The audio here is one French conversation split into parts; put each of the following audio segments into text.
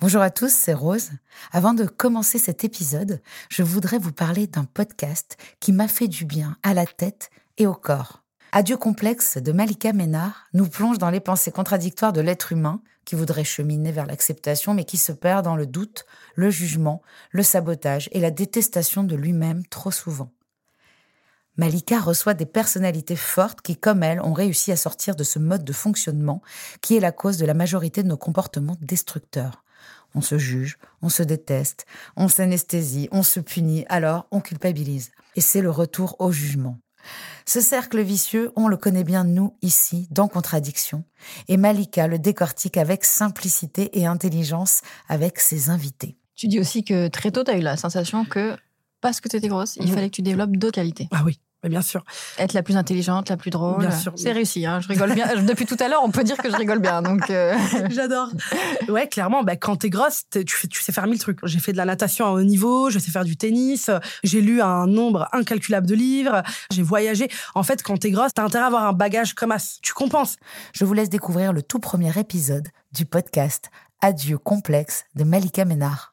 Bonjour à tous, c'est Rose. Avant de commencer cet épisode, je voudrais vous parler d'un podcast qui m'a fait du bien à la tête et au corps. Adieu complexe de Malika Ménard nous plonge dans les pensées contradictoires de l'être humain qui voudrait cheminer vers l'acceptation mais qui se perd dans le doute, le jugement, le sabotage et la détestation de lui-même trop souvent. Malika reçoit des personnalités fortes qui, comme elle, ont réussi à sortir de ce mode de fonctionnement qui est la cause de la majorité de nos comportements destructeurs. On se juge, on se déteste, on s'anesthésie, on se punit, alors on culpabilise. Et c'est le retour au jugement. Ce cercle vicieux, on le connaît bien nous, ici, dans Contradiction. Et Malika le décortique avec simplicité et intelligence avec ses invités. Tu dis aussi que très tôt, tu as eu la sensation que, parce que tu étais grosse, il fallait que tu développes d'autres qualités. Ah oui. Bien sûr. Être la plus intelligente, la plus drôle. Bien sûr. C'est réussi, hein, je rigole bien. Depuis tout à l'heure, on peut dire que je rigole bien. Donc J'adore. Ouais, clairement, quand t'es grosse, tu sais faire 1000 trucs. J'ai fait de la natation à haut niveau, je sais faire du tennis, j'ai lu un nombre incalculable de livres, j'ai voyagé. En fait, quand t'es grosse, t'as intérêt à avoir un bagage comme as. Tu compenses. Je vous laisse découvrir le tout premier épisode du podcast Adieu complexe de Malika Ménard.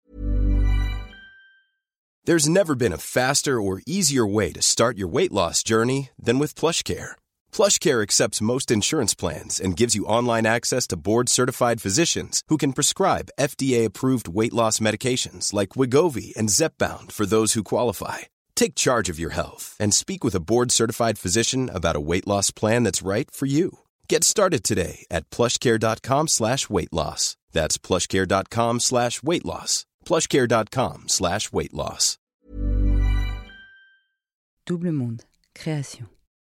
There's never been a faster or easier way to start your weight loss journey than with PlushCare. PlushCare accepts most insurance plans and gives you online access to board-certified physicians who can prescribe FDA-approved weight loss medications like Wegovy and Zepbound for those who qualify. Take charge of your health and speak with a board-certified physician about a weight loss plan that's right for you. Get started today at plushcare.com/weightloss. That's plushcare.com/weightloss. plushcare.com/weightloss. Double Monde, création.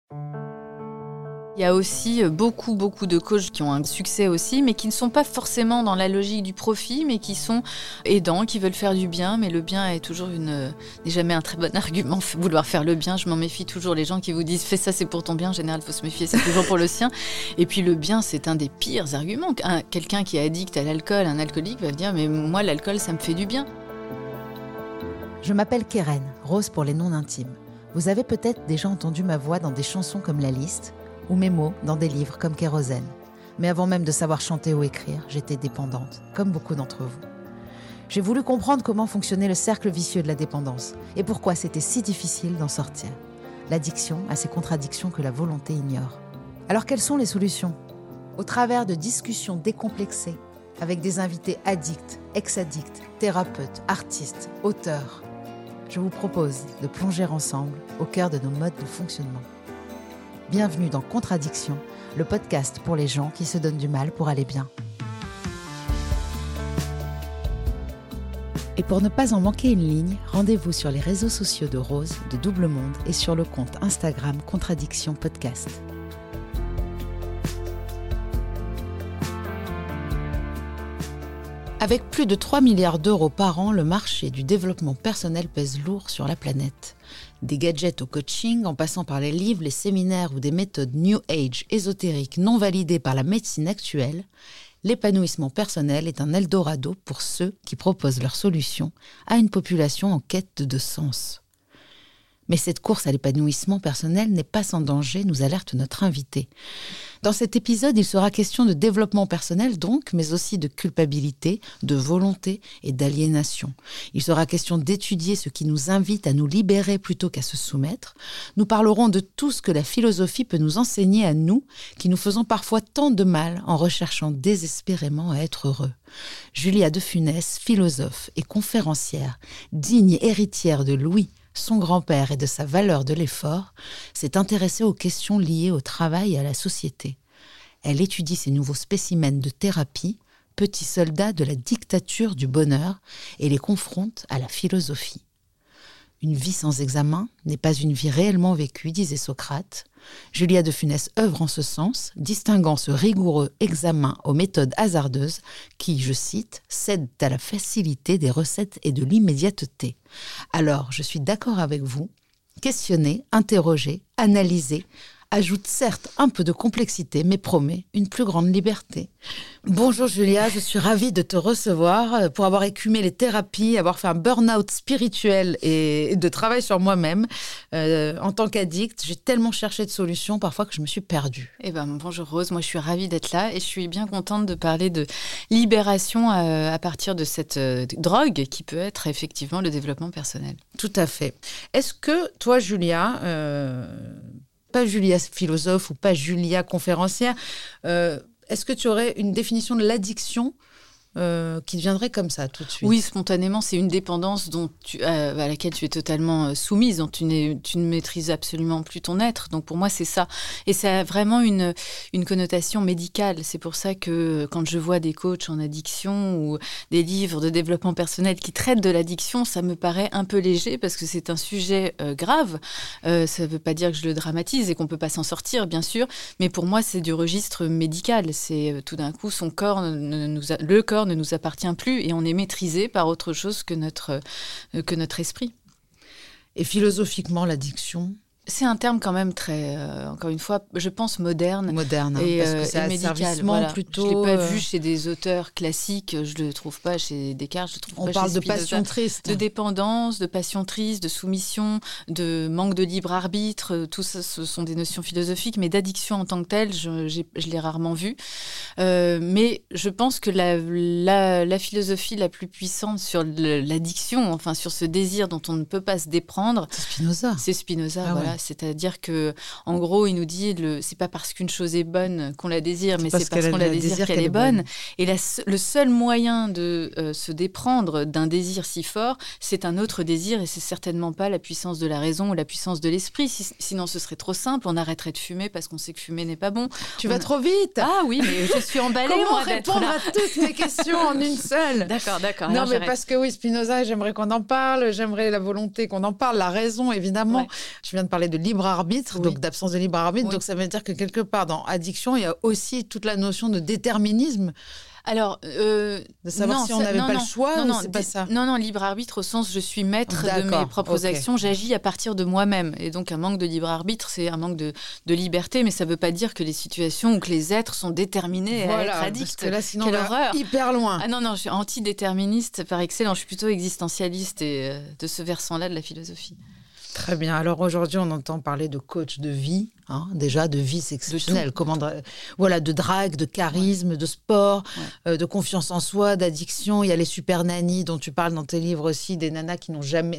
il y a aussi beaucoup de coachs qui ont un succès aussi, mais qui ne sont pas forcément dans la logique du profit, mais qui sont aidants, qui veulent faire du bien. Mais le bien est toujours n'est jamais un très bon argument. Vouloir faire le bien, je m'en méfie toujours. Les gens qui vous disent fais ça, c'est pour ton bien, en général, il faut se méfier, c'est toujours pour le sien. Et puis le bien, c'est un des pires arguments. Quelqu'un qui est addict à l'alcool, un alcoolique, va dire mais moi, l'alcool, ça me fait du bien. Je m'appelle Keren, Rose pour les non-intimes. Vous avez peut-être déjà entendu ma voix dans des chansons comme La Liste, ou mes mots dans des livres comme Kérosène. Mais avant même de savoir chanter ou écrire, j'étais dépendante, comme beaucoup d'entre vous. J'ai voulu comprendre comment fonctionnait le cercle vicieux de la dépendance et pourquoi c'était si difficile d'en sortir. L'addiction a ces contradictions que la volonté ignore. Alors quelles sont les solutions ? Au travers de discussions décomplexées, avec des invités addicts, ex-addicts, thérapeutes, artistes, auteurs, je vous propose de plonger ensemble au cœur de nos modes de fonctionnement. Bienvenue dans Contradiction, le podcast pour les gens qui se donnent du mal pour aller bien. Et pour ne pas en manquer une ligne, rendez-vous sur les réseaux sociaux de Rose, de Double Monde et sur le compte Instagram Contradiction Podcast. Avec plus de 3 milliards d'euros par an, le marché du développement personnel pèse lourd sur la planète. Des gadgets au coaching, en passant par les livres, les séminaires ou des méthodes New Age ésotériques non validées par la médecine actuelle, l'épanouissement personnel est un Eldorado pour ceux qui proposent leurs solutions à une population en quête de sens. Mais cette course à l'épanouissement personnel n'est pas sans danger, nous alerte notre invité. Dans cet épisode, il sera question de développement personnel donc, mais aussi de culpabilité, de volonté et d'aliénation. Il sera question d'étudier ce qui nous invite à nous libérer plutôt qu'à se soumettre. Nous parlerons de tout ce que la philosophie peut nous enseigner à nous, qui nous faisons parfois tant de mal en recherchant désespérément à être heureux. Julia de Funès, philosophe et conférencière, digne héritière de Louis, son grand-père et de sa valeur de l'effort, s'est intéressée aux questions liées au travail et à la société. Elle étudie ces nouveaux spécimens de thérapie, petits soldats de la dictature du bonheur, et les confronte à la philosophie. Une vie sans examen n'est pas une vie réellement vécue, disait Socrate. Julia de Funès œuvre en ce sens, distinguant ce rigoureux examen aux méthodes hasardeuses qui, je cite, cèdent à la facilité des recettes et de l'immédiateté. Alors, je suis d'accord avec vous, questionnez, interrogez, analysez, ajoute certes un peu de complexité, mais promet une plus grande liberté. Bonjour Julia, je suis ravie de te recevoir pour avoir écumé les thérapies, avoir fait un burn-out spirituel et de travail sur moi-même. En tant qu'addict, j'ai tellement cherché de solutions parfois que je me suis perdue. Bonjour Rose, moi je suis ravie d'être là et je suis bien contente de parler de libération à partir de cette drogue qui peut être effectivement le développement personnel. Tout à fait. Est-ce que toi Julia, pas Julia philosophe ou pas Julia conférencière, est-ce que tu aurais une définition de l'addiction qui deviendrait comme ça tout de suite? Oui, spontanément, c'est une dépendance à laquelle tu es totalement soumise, dont tu ne maîtrises absolument plus ton être. Donc pour moi, c'est ça. Et ça a vraiment une connotation médicale. C'est pour ça que quand je vois des coachs en addiction ou des livres de développement personnel qui traitent de l'addiction, ça me paraît un peu léger parce que c'est un sujet grave. Ça ne veut pas dire que je le dramatise et qu'on ne peut pas s'en sortir, bien sûr. Mais pour moi, c'est du registre médical. C'est tout d'un coup, le corps ne nous appartient plus et on est maîtrisé par autre chose que notre esprit. Et philosophiquement, l'addiction ? C'est un terme quand même très, encore une fois, je pense moderne. Moderne, et, parce que c'est asservissement plutôt. Je ne l'ai pas vu chez des auteurs classiques, je ne le trouve pas chez Descartes, je le trouve on pas parle chez de Spinoza. passion triste. De dépendance, de passion triste, de soumission, de manque de libre arbitre, tout ça, ce sont des notions philosophiques, mais d'addiction en tant que telle, je l'ai rarement vu. Mais je pense que la philosophie la plus puissante sur l'addiction, enfin sur ce désir dont on ne peut pas se déprendre, c'est Spinoza. Voilà. Ouais. C'est-à-dire que, en gros, il nous dit c'est pas parce qu'une chose est bonne qu'on la désire, mais c'est parce qu'on la désire qu'elle est bonne. Et le seul moyen de se déprendre d'un désir si fort, c'est un autre désir, et c'est certainement pas la puissance de la raison ou la puissance de l'esprit. Sinon, ce serait trop simple. On arrêterait de fumer parce qu'on sait que fumer n'est pas bon. Tu vas trop vite. Ah oui, mais je suis emballée. Comment répondre à toutes mes questions en une seule? D'accord. Non, mais parce que oui, Spinoza, j'aimerais qu'on en parle. J'aimerais la volonté qu'on en parle, la raison, évidemment. Ouais. Tu viens de parler de libre arbitre, donc d'absence de libre arbitre. Donc ça veut dire que quelque part dans addiction, il y a aussi toute la notion de déterminisme. Alors, de savoir si on n'avait pas le choix ou c'est pas ça? Non, libre arbitre au sens je suis maître de mes propres actions, j'agis à partir de moi-même. Et donc un manque de libre arbitre, c'est un manque de liberté, mais ça ne veut pas dire que les situations ou que les êtres sont déterminés à être addicts. Parce que là, sinon, quelle on va horreur. Hyper loin. Ah non, je suis anti-déterministe par excellence, je suis plutôt existentialiste et de ce versant-là de la philosophie. Très bien. Alors aujourd'hui, on entend parler de coach de vie. Déjà, de vie, c'est exceptionnel. De drague, de charisme, de sport, de confiance en soi, d'addiction. Il y a les super nannies dont tu parles dans tes livres aussi, des nannies qui n'ont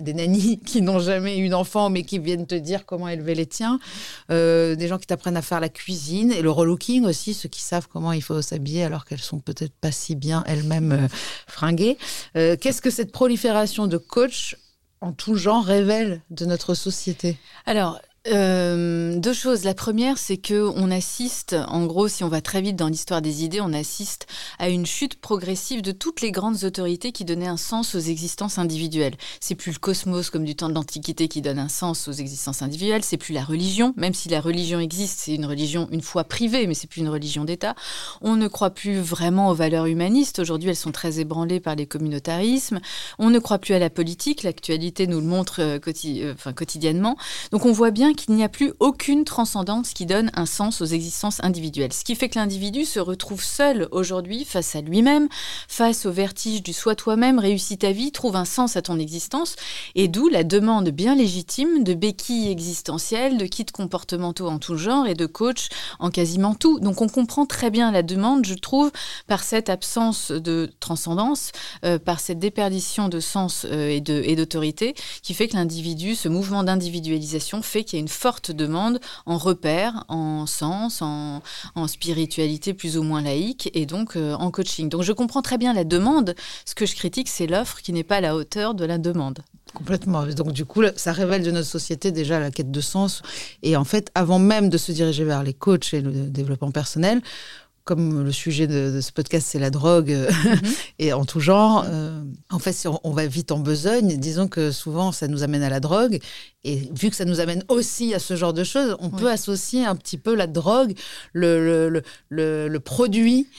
jamais eu d'enfant, mais qui viennent te dire comment élever les tiens. Des gens qui t'apprennent à faire la cuisine et le relooking aussi, ceux qui savent comment il faut s'habiller alors qu'elles sont peut-être pas si bien elles-mêmes fringuées. Qu'est-ce que cette prolifération de coachs en tout genre révèle de notre société? Alors, deux choses. La première, c'est qu'on assiste, en gros, si on va très vite dans l'histoire des idées, on assiste à une chute progressive de toutes les grandes autorités qui donnaient un sens aux existences individuelles. C'est plus le cosmos comme du temps de l'Antiquité qui donne un sens aux existences individuelles, c'est plus la religion, même si la religion existe, c'est une religion une fois privée, mais c'est plus une religion d'État. On ne croit plus vraiment aux valeurs humanistes. Aujourd'hui, elles sont très ébranlées par les communautarismes. On ne croit plus à la politique. L'actualité nous le montre quotidiennement. Donc on voit bien qu'il n'y a plus aucune transcendance qui donne un sens aux existences individuelles. Ce qui fait que l'individu se retrouve seul aujourd'hui face à lui-même, face au vertige du soi toi-même, réussis ta vie, trouve un sens à ton existence, et d'où la demande bien légitime de béquilles existentielles, de kits comportementaux en tout genre et de coachs en quasiment tout. Donc on comprend très bien la demande, je trouve, par cette absence de transcendance, par cette déperdition de sens et d'autorité, qui fait que l'individu, ce mouvement d'individualisation fait qu'il y a une forte demande en repères, en sens, en spiritualité plus ou moins laïque et donc en coaching. Donc je comprends très bien la demande. Ce que je critique, c'est l'offre qui n'est pas à la hauteur de la demande. Complètement. Donc du coup, ça révèle de notre société déjà la quête de sens. Et en fait, avant même de se diriger vers les coachs et le développement personnel, comme le sujet de ce podcast, c'est la drogue et en tout genre, en fait, si on va vite en besogne, disons que souvent, ça nous amène à la drogue. Et vu que ça nous amène aussi à ce genre de choses, on peut associer un petit peu la drogue, le produit,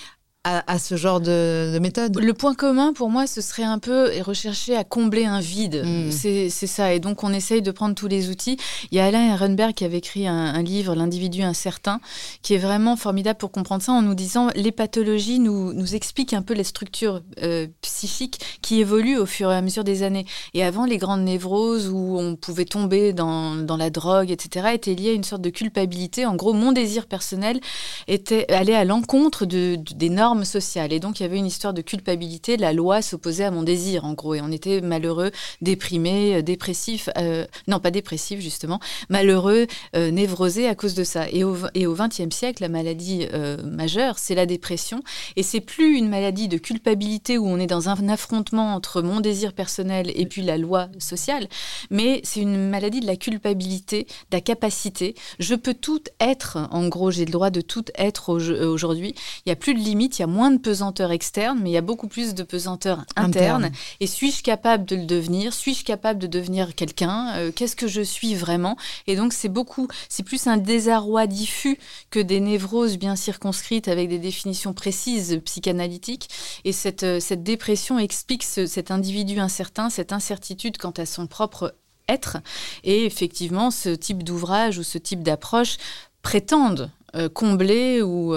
à ce genre de méthode. Le point commun pour moi, ce serait un peu rechercher à combler un vide. C'est ça. Et donc, on essaye de prendre tous les outils. Il y a Alain Ehrenberg qui avait écrit un livre, L'individu incertain, qui est vraiment formidable pour comprendre ça en nous disant les pathologies nous expliquent un peu les structures psychiques qui évoluent au fur et à mesure des années. Et avant, les grandes névroses où on pouvait tomber dans la drogue, etc., étaient liées à une sorte de culpabilité. En gros, mon désir personnel allait à l'encontre des normes sociales. Et donc, il y avait une histoire de culpabilité. La loi s'opposait à mon désir, en gros. Et on était malheureux, déprimé, dépressif. Non, pas dépressif, justement. Malheureux, névrosé à cause de ça. Et au XXe siècle, la maladie majeure, c'est la dépression. Et c'est plus une maladie de culpabilité où on est dans un affrontement entre mon désir personnel et puis la loi sociale. Mais c'est une maladie de la culpabilité, de la capacité. Je peux tout être, en gros, j'ai le droit de tout être aujourd'hui. Il n'y a plus de limite, il y a moins de pesanteur externe, mais il y a beaucoup plus de pesanteur interne. Et suis-je capable de le devenir ? Suis-je capable de devenir quelqu'un ? Qu'est-ce que je suis vraiment ? Et donc, c'est plus un désarroi diffus que des névroses bien circonscrites avec des définitions précises psychanalytiques. Et cette dépression explique cet individu incertain, cette incertitude quant à son propre être. Et effectivement, ce type d'ouvrage ou ce type d'approche prétendent combler ou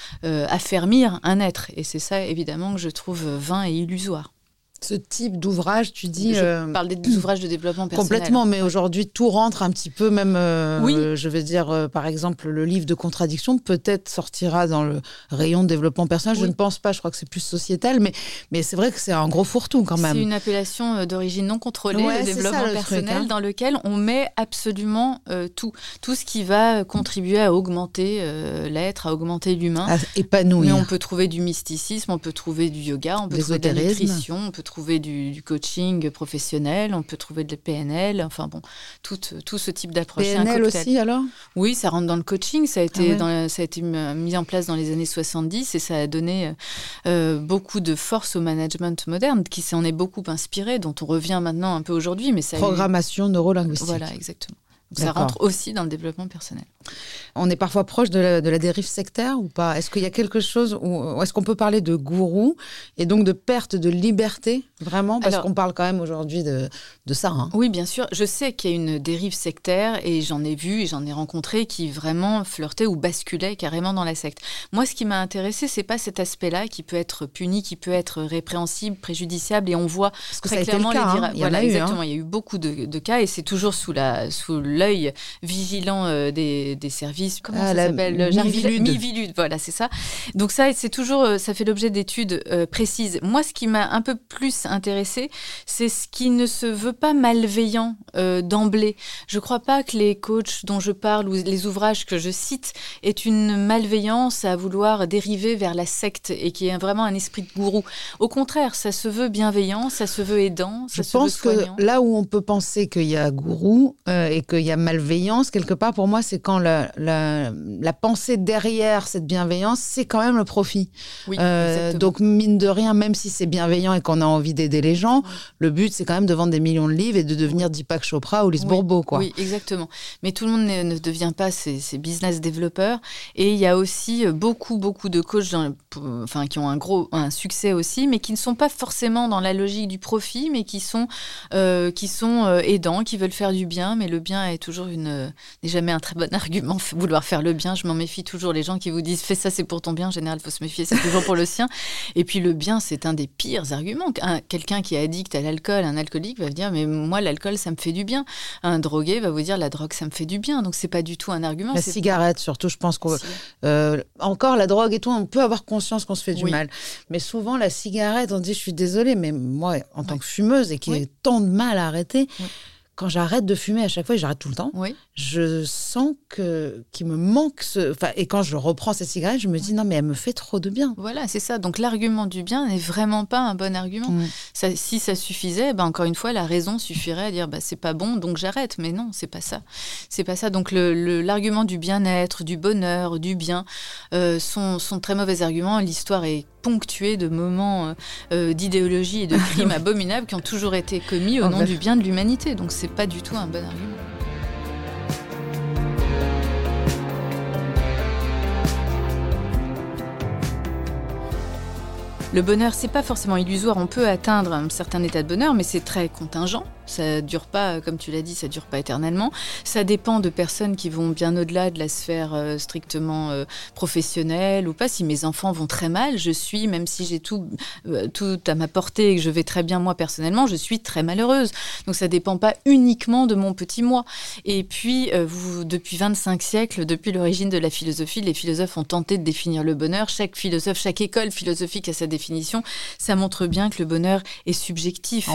affermir un être. Et c'est ça, évidemment, que je trouve vain et illusoire. Ce type d'ouvrage, tu dis... Je parle des ouvrages de développement personnel. Complètement, mais aujourd'hui, tout rentre un petit peu, même, je vais dire, par exemple, le livre de contradiction, peut-être sortira dans le rayon de développement personnel. Oui. Je ne pense pas, je crois que c'est plus sociétal, mais c'est vrai que c'est un gros fourre-tout quand même. C'est une appellation d'origine non contrôlée, le développement personnel, dans lequel on met absolument tout ce qui va contribuer à augmenter l'être, à augmenter l'humain. À épanouir. Mais on peut trouver du mysticisme, on peut trouver du yoga, on peut trouver de la nutrition, on peut trouver du coaching professionnel, on peut trouver de la PNL, enfin bon, tout ce type d'approche. PNL aussi alors ? Oui, ça rentre dans le coaching, ça a été mis en place dans les années 70 et ça a donné beaucoup de force au management moderne qui s'en est beaucoup inspiré, dont on revient maintenant un peu aujourd'hui. Mais ça Programmation neurolinguistique. Voilà, exactement. Ça rentre aussi dans le développement personnel. On est parfois proche de la dérive sectaire ou pas ? Est-ce qu'il y a quelque chose où est-ce qu'on peut parler de gourou et donc de perte de liberté, vraiment ? Parce qu'on parle quand même aujourd'hui de ça. Hein. Oui, bien sûr. Je sais qu'il y a une dérive sectaire et j'en ai vu et j'en ai rencontré qui vraiment flirtaient ou basculaient carrément dans la secte. Moi, ce qui m'a intéressée, c'est pas cet aspect-là qui peut être puni, qui peut être répréhensible, préjudiciable et on voit très clairement les dires. Voilà, exactement. Il y a eu beaucoup de cas et c'est toujours sous l'œil vigilant des services, comment ça s'appelle ? Miviludes, voilà, c'est ça. Donc ça, c'est toujours, ça fait l'objet d'études précises. Moi, ce qui m'a un peu plus intéressée, c'est ce qui ne se veut pas malveillant d'emblée. Je ne crois pas que les coachs dont je parle ou les ouvrages que je cite aient une malveillance à vouloir dériver vers la secte et qui est vraiment un esprit de gourou. Au contraire, ça se veut bienveillant, ça se veut aidant, ça se veut soignant. Je pense que là où on peut penser qu'il y a gourou et qu'il y a malveillance, quelque part, pour moi, c'est quand la pensée derrière cette bienveillance, c'est quand même le profit. Oui, donc, mine de rien, même si c'est bienveillant et qu'on a envie d'aider les gens, le but, c'est quand même de vendre des millions de livres et de devenir Deepak Chopra ou Lise Bourbeau, quoi. Oui, exactement. Mais tout le monde ne devient pas ces business développeurs. Et il y a aussi beaucoup de coachs qui ont un succès aussi, mais qui ne sont pas forcément dans la logique du profit, mais qui sont aidants, qui veulent faire du bien. Mais le bien est toujours n'est jamais un très bon argument. Vouloir faire le bien, je m'en méfie toujours. Les gens qui vous disent « fais ça, c'est pour ton bien », en général, il faut se méfier, c'est toujours pour le sien. Et puis le bien, c'est un des pires arguments. Quelqu'un qui est addict à l'alcool, un alcoolique va vous dire « mais moi, l'alcool, ça me fait du bien ». Un drogué va vous dire « la drogue, ça me fait du bien ». Donc, c'est pas du tout un argument. La cigarette, surtout, je pense qu'on... encore la drogue et tout, on peut avoir conscience qu'on se fait du mal. Mais souvent, la cigarette, on dit « je suis désolée, mais moi, en tant que fumeuse et qui ai tant de mal à arrêter... Quand j'arrête de fumer à chaque fois, et j'arrête tout le temps, je sens qu'il me manque et quand je reprends cette cigarette, je me dis non mais elle me fait trop de bien. Voilà, c'est ça. Donc l'argument du bien n'est vraiment pas un bon argument. Si ça suffisait, encore une fois, la raison suffirait à dire c'est pas bon, donc j'arrête. Mais non, c'est pas ça. C'est pas ça. Donc l'argument du bien-être, du bonheur, du bien sont très mauvais arguments. L'histoire est ponctuée de moments d'idéologie et de crimes abominables qui ont toujours été commis au nom du bien de l'humanité. Donc c'est pas du tout un bon argument. Le bonheur, c'est pas forcément illusoire. On peut atteindre un certain état de bonheur, mais c'est très contingent. Ça dure pas, comme tu l'as dit, ça dure pas éternellement. Ça dépend de personnes qui vont bien au-delà de la sphère strictement professionnelle ou pas. Si mes enfants vont très mal, même si j'ai tout à ma portée et que je vais très bien moi personnellement, je suis très malheureuse. Donc ça dépend pas uniquement de mon petit moi. Et puis, depuis 25 siècles, depuis l'origine de la philosophie, les philosophes ont tenté de définir le bonheur. Chaque philosophe, chaque école philosophique a sa définition. Ça montre bien que le bonheur est subjectif.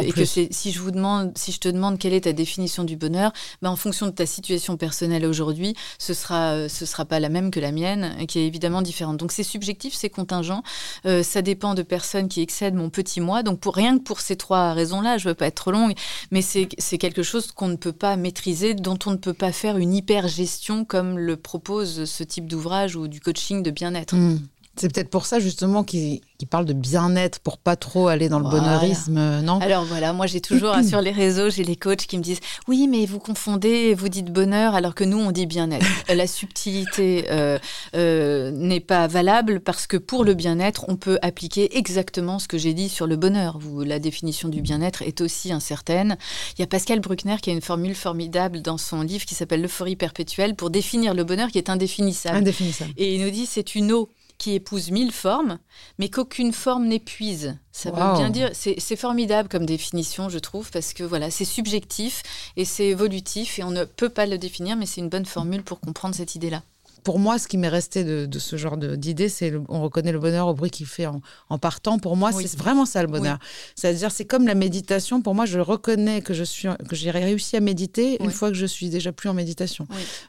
Si je te demande quelle est ta définition du bonheur, en fonction de ta situation personnelle aujourd'hui, ce sera pas la même que la mienne, qui est évidemment différente. Donc c'est subjectif, c'est contingent. Ça dépend de personnes qui excèdent mon petit moi. Donc rien que pour ces 3 raisons-là, je ne veux pas être trop longue, mais c'est quelque chose qu'on ne peut pas maîtriser, dont on ne peut pas faire une hyper-gestion comme le propose ce type d'ouvrage ou du coaching de bien-être. C'est peut-être pour ça justement qu'il parle de bien-être, pour pas trop aller dans le bonheurisme, non ? Alors voilà, moi j'ai toujours sur les réseaux, j'ai les coachs qui me disent « Oui, mais vous confondez, vous dites bonheur alors que nous on dit bien-être ». La subtilité n'est pas valable parce que pour le bien-être, on peut appliquer exactement ce que j'ai dit sur le bonheur. La définition du bien-être est aussi incertaine. Il y a Pascal Bruckner qui a une formule formidable dans son livre qui s'appelle « L'euphorie perpétuelle » pour définir le bonheur qui est indéfinissable. Et il nous dit « C'est une eau qui épouse 1000 formes, mais qu'aucune forme n'épuise ». Ça veut bien dire, c'est formidable comme définition, je trouve, parce que voilà, c'est subjectif et c'est évolutif et on ne peut pas le définir, mais c'est une bonne formule pour comprendre cette idée-là. Pour moi, ce qui m'est resté de ce genre d'idée, c'est on reconnaît le bonheur au bruit qu'il fait en partant. Pour moi, c'est vraiment ça le bonheur. C'est-à-dire, c'est comme la méditation. Pour moi, je reconnais que j'ai réussi à méditer une fois que je suis déjà plus en méditation.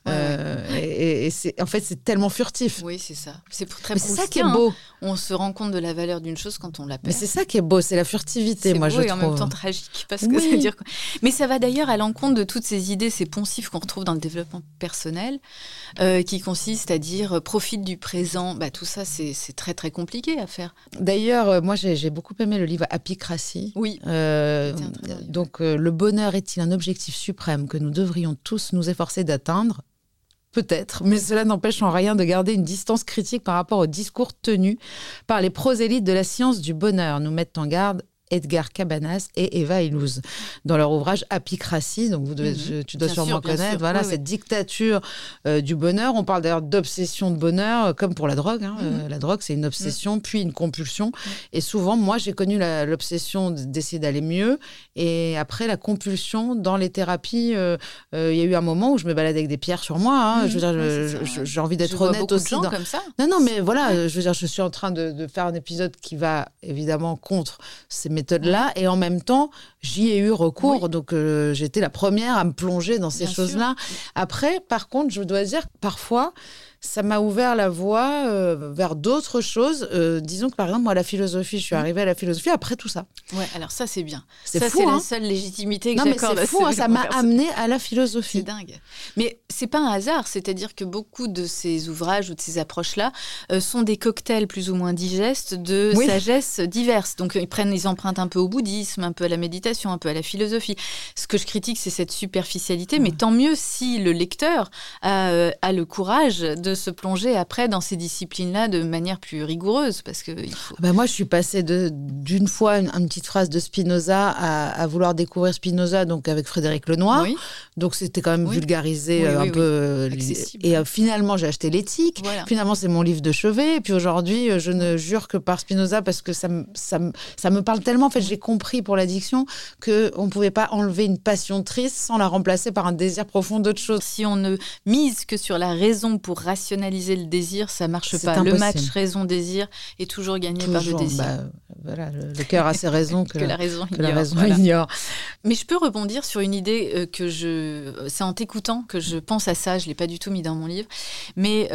Et en fait, c'est tellement furtif. Oui, c'est ça. C'est très proustien. C'est ça qui est beau. On se rend compte de la valeur d'une chose quand on la perd. Mais c'est ça qui est beau, c'est la furtivité, moi, je trouve. Et en même temps tragique, parce que ça veut dire. Mais ça va d'ailleurs à l'encontre de toutes ces idées, ces poncifs qu'on retrouve dans le développement personnel, qui consistent à dire profite du présent. Tout ça, c'est très très compliqué à faire. D'ailleurs, moi, j'ai beaucoup aimé le livre Apicratie. Oui. Donc, le bonheur est-il un objectif suprême que nous devrions tous nous efforcer d'atteindre ? Peut-être, mais cela n'empêche en rien de garder une distance critique par rapport aux discours tenus par les prosélytes de la science du bonheur. Nous mettent en garde Edgar Cabanas et Eva Illouz dans leur ouvrage Apicratie. Donc tu dois sûrement connaître. Voilà, cette dictature du bonheur. On parle d'ailleurs d'obsession de bonheur, comme pour la drogue. La drogue, c'est une obsession, puis une compulsion. Et souvent, moi, j'ai connu l'obsession d'essayer d'aller mieux. Et après, la compulsion dans les thérapies, il y a eu un moment où je me baladais avec des pierres sur moi. Je veux dire, j'ai envie d'être honnête aussi. Je vois beaucoup de gens comme ça. Non, mais voilà, je veux dire, je suis en train de faire un épisode qui va évidemment contre ces méthodes-là, et en même temps, j'y ai eu recours, donc j'étais la première à me plonger dans ces choses-là. Après, par contre, je dois dire, parfois, ça m'a ouvert la voie vers d'autres choses. Disons que, par exemple, moi, la philosophie, je suis arrivée à la philosophie après tout ça. Ouais, alors ça, c'est bien. C'est ça, fou, c'est la seule légitimité que j'accorde. Non, mais c'est fou, ça m'a amenée à la philosophie. C'est dingue. Mais c'est pas un hasard, c'est-à-dire que beaucoup de ces ouvrages ou de ces approches-là sont des cocktails plus ou moins digestes de sagesse diverses. Donc, ils empruntent un peu au bouddhisme, un peu à la méditation, un peu à la philosophie. Ce que je critique, c'est cette superficialité, mais tant mieux si le lecteur a le courage de se plonger après dans ces disciplines-là de manière plus rigoureuse, parce que il faut... Moi, je suis passée d'une fois une petite phrase de Spinoza à vouloir découvrir Spinoza, donc avec Frédéric Lenoir. Oui. Donc c'était quand même vulgarisé un peu. Accessible. Et finalement, j'ai acheté l'Éthique. Voilà. Finalement, c'est mon livre de chevet. Et puis aujourd'hui, je ne jure que par Spinoza parce que ça me parle tellement. En fait, j'ai compris pour l'addiction qu'on ne pouvait pas enlever une passion triste sans la remplacer par un désir profond d'autre chose. Si on ne mise que sur la raison pour rationaliser le désir, ça marche pas. Impossible. Le match raison-désir est toujours gagné par le désir. Voilà, le cœur a ses raisons que la raison ignore. Mais je peux rebondir sur une idée c'est en t'écoutant que je pense à ça, je l'ai pas du tout mis dans mon livre, mais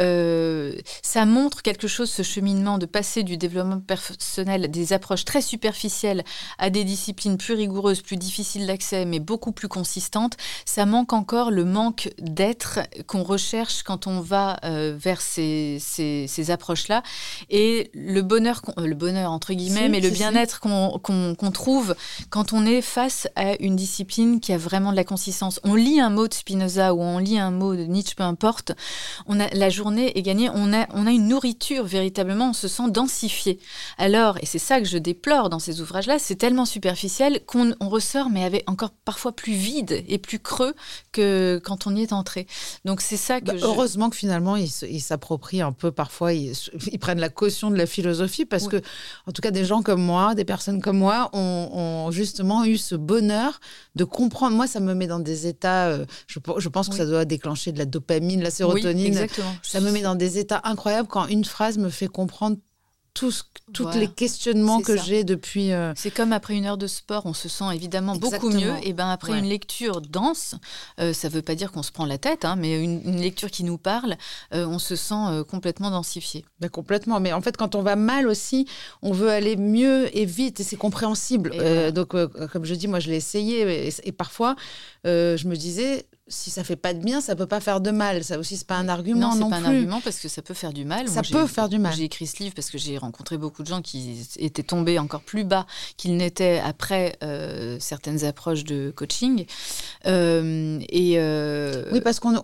ça montre quelque chose, ce cheminement de passer du développement personnel, des approches très superficielles à des disciplines plus rigoureuses, plus difficiles d'accès, mais beaucoup plus consistantes. Ça manque encore le manque d'être qu'on recherche quand on va vers ces approches-là. Et le bonheur entre guillemets, mais le bien-être qu'on trouve quand on est face à une discipline qui a vraiment de la consistance. On lit un mot de Spinoza ou on lit un mot de Nietzsche, peu importe, la journée est gagnée, on a une nourriture véritablement, on se sent densifié. Alors, et c'est ça que je déplore dans ces ouvrages-là, c'est tellement superficiel qu'on ressort, mais avec encore parfois plus vide et plus creux que quand on y est entré. Donc c'est ça que heureusement que finalement ils s'approprient un peu parfois, ils prennent la caution de la philosophie parce que, en tout cas, des gens comme moi, des personnes comme moi ont justement eu ce bonheur de comprendre. Moi, ça me met dans des états, je pense que ça doit déclencher de la dopamine, la sérotonine. Oui, exactement. Ça me met dans des états incroyables quand une phrase me fait comprendre tous les questionnements que j'ai depuis... C'est comme après une heure de sport, on se sent évidemment beaucoup mieux. Et ben après une lecture dense, ça ne veut pas dire qu'on se prend la tête, mais une lecture qui nous parle, on se sent complètement densifié. Ben complètement, mais en fait quand on va mal aussi, on veut aller mieux et vite et c'est compréhensible. Donc comme je dis, moi je l'ai essayé et parfois je me disais... Si ça fait pas de bien, ça peut pas faire de mal. Ça aussi, c'est pas un argument non plus. Non, c'est pas un argument parce que ça peut faire du mal. Ça peut faire du mal. J'ai écrit ce livre parce que j'ai rencontré beaucoup de gens qui étaient tombés encore plus bas qu'ils n'étaient après certaines approches de coaching. Oui, parce qu'on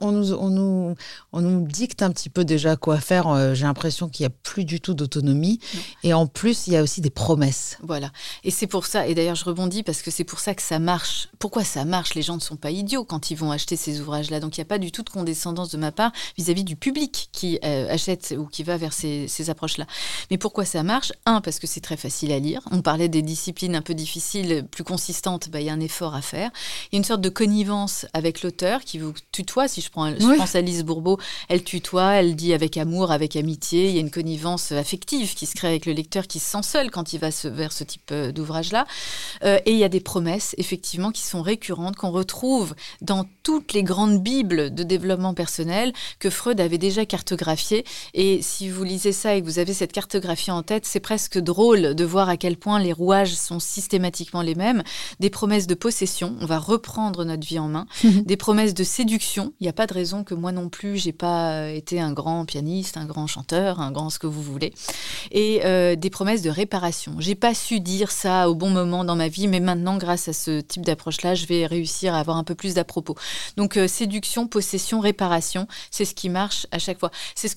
nous dicte un petit peu déjà quoi faire. J'ai l'impression qu'il y a plus du tout d'autonomie. Et en plus, il y a aussi des promesses. Voilà. Et c'est pour ça. Et d'ailleurs, je rebondis parce que c'est pour ça que ça marche. Pourquoi ça marche ? Les gens ne sont pas idiots quand ils vont acheter ces ouvrages-là. Donc, il n'y a pas du tout de condescendance de ma part vis-à-vis du public qui achète ou qui va vers ces approches-là. Mais pourquoi ça marche ? Parce que c'est très facile à lire. On parlait des disciplines un peu difficiles, plus consistantes. Il y a un effort à faire. Il y a une sorte de connivence avec l'auteur qui vous tutoie. Si je pense à Lise Bourbeau, elle tutoie, elle dit avec amour, avec amitié. Il y a une connivence affective qui se crée avec le lecteur qui se sent seul quand il va vers ce type d'ouvrage-là. Et il y a des promesses, effectivement, qui sont récurrentes, qu'on retrouve dans toutes les grandes bibles de développement personnel que Freud avait déjà cartographiées. Et si vous lisez ça et que vous avez cette cartographie en tête, c'est presque drôle de voir à quel point les rouages sont systématiquement les mêmes. Des promesses de possession, on va reprendre notre vie en main. Des promesses de séduction, il n'y a pas de raison que moi non plus, j'ai pas été un grand pianiste, un grand chanteur, un grand ce que vous voulez. Et des promesses de réparation. J'ai pas su dire ça au bon moment dans ma vie, mais maintenant, grâce à ce type d'approche-là, je vais réussir à avoir un peu plus d'à-propos. Donc, séduction, possession, réparation, c'est ce qui marche à chaque fois. C'est ce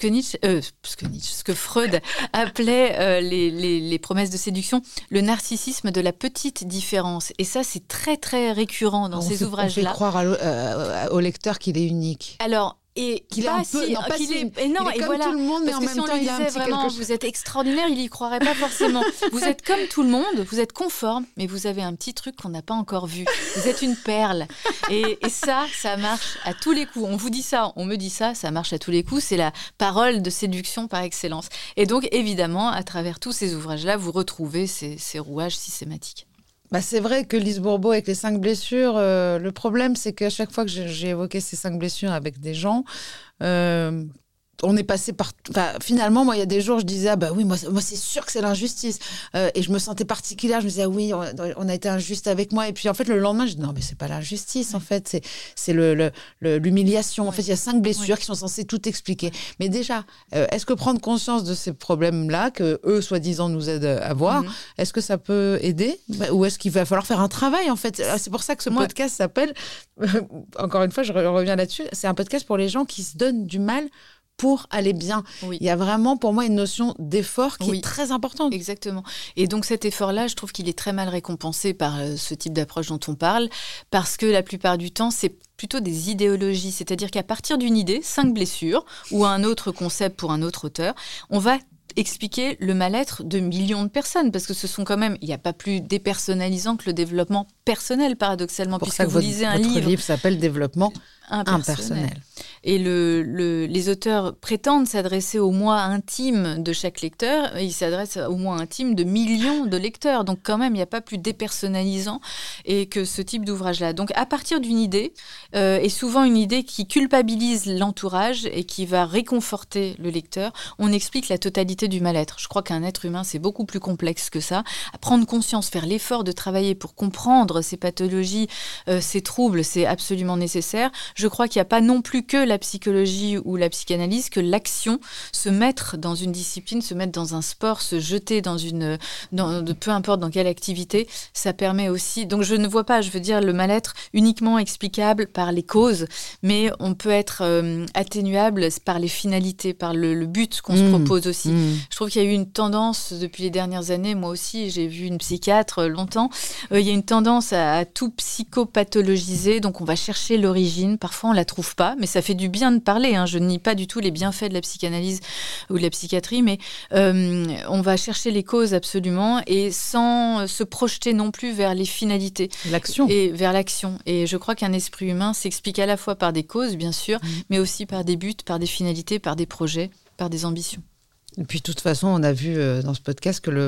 que Freud appelait les promesses de séduction, le narcissisme de la petite différence. Et ça, c'est très, très récurrent dans ces ouvrages-là. On fait croire au lecteur qu'il est unique. Alors, et qu'il est un peu, il est comme tout le monde, mais en même temps, il a un petit vraiment, quelque chose. Vous êtes extraordinaire, il y croirait pas forcément. Vous êtes comme tout le monde, vous êtes conforme, mais vous avez un petit truc qu'on n'a pas encore vu. Vous êtes une perle. Et ça marche à tous les coups. On vous dit ça, on me dit ça, ça marche à tous les coups. C'est la parole de séduction par excellence. Et donc, évidemment, à travers tous ces ouvrages-là, vous retrouvez ces rouages systématiques. C'est vrai que Lise Bourbeau avec les 5 blessures, le problème c'est qu'à chaque fois que j'ai évoqué ces 5 blessures avec des gens, on est passé par... finalement, moi, il y a des jours, je disais, oui, moi c'est sûr que c'est l'injustice. Et je me sentais particulière. Je me disais, oui, on a été injuste avec moi. Et puis, en fait, le lendemain, je dis, non, mais c'est pas l'injustice, en fait. C'est l'humiliation. En fait, il y a 5 blessures qui sont censées tout expliquer. Mais déjà, est-ce que prendre conscience de ces problèmes-là, que eux, soi-disant, nous aident à voir, est-ce que ça peut aider ? Ou est-ce qu'il va falloir faire un travail, en fait ? C'est pour ça que ce podcast s'appelle, encore une fois, je reviens là-dessus, c'est un podcast pour les gens qui se donnent du mal pour aller bien. Oui. Il y a vraiment, pour moi, une notion d'effort qui est très importante. Exactement. Et donc, cet effort-là, je trouve qu'il est très mal récompensé par ce type d'approche dont on parle, parce que la plupart du temps, c'est plutôt des idéologies. C'est-à-dire qu'à partir d'une idée, 5 blessures, ou un autre concept pour un autre auteur, on va expliquer le mal-être de millions de personnes, parce que ce sont quand même, il n'y a pas plus dépersonnalisant que le développement personnel, paradoxalement, puisque vous lisez un livre. Votre livre s'appelle Développement impersonnel. Et les auteurs prétendent s'adresser au moi intime de chaque lecteur, et ils s'adressent au moi intime de millions de lecteurs. Donc quand même, il n'y a pas plus dépersonnalisant et que ce type d'ouvrage-là. Donc à partir d'une idée, et souvent une idée qui culpabilise l'entourage et qui va réconforter le lecteur, on explique la totalité du mal-être. Je crois qu'un être humain, c'est beaucoup plus complexe que ça. À prendre conscience, faire l'effort de travailler pour comprendre ces pathologies, ces troubles, c'est absolument nécessaire. Je crois qu'il n'y a pas non plus que la psychologie ou la psychanalyse, que l'action, se mettre dans une discipline, se mettre dans un sport, se jeter peu importe dans quelle activité, ça permet aussi... Donc je ne vois pas, je veux dire, le mal-être uniquement explicable par les causes, mais on peut être atténuable par les finalités, par le but qu'on se propose aussi. Je trouve qu'il y a eu une tendance depuis les dernières années, moi aussi j'ai vu une psychiatre longtemps, il y a une tendance à tout psychopathologiser, donc on va chercher l'origine, parfois on la trouve pas, mais ça fait du bien de parler, hein. Je ne nie pas du tout les bienfaits de la psychanalyse ou de la psychiatrie, mais on va chercher les causes absolument, et sans se projeter non plus vers les finalités. L'action. Et vers l'action. Et je crois qu'un esprit humain s'explique à la fois par des causes, bien sûr, mais aussi par des buts, par des finalités, par des projets, par des ambitions. Et puis, de toute façon, on a vu dans ce podcast que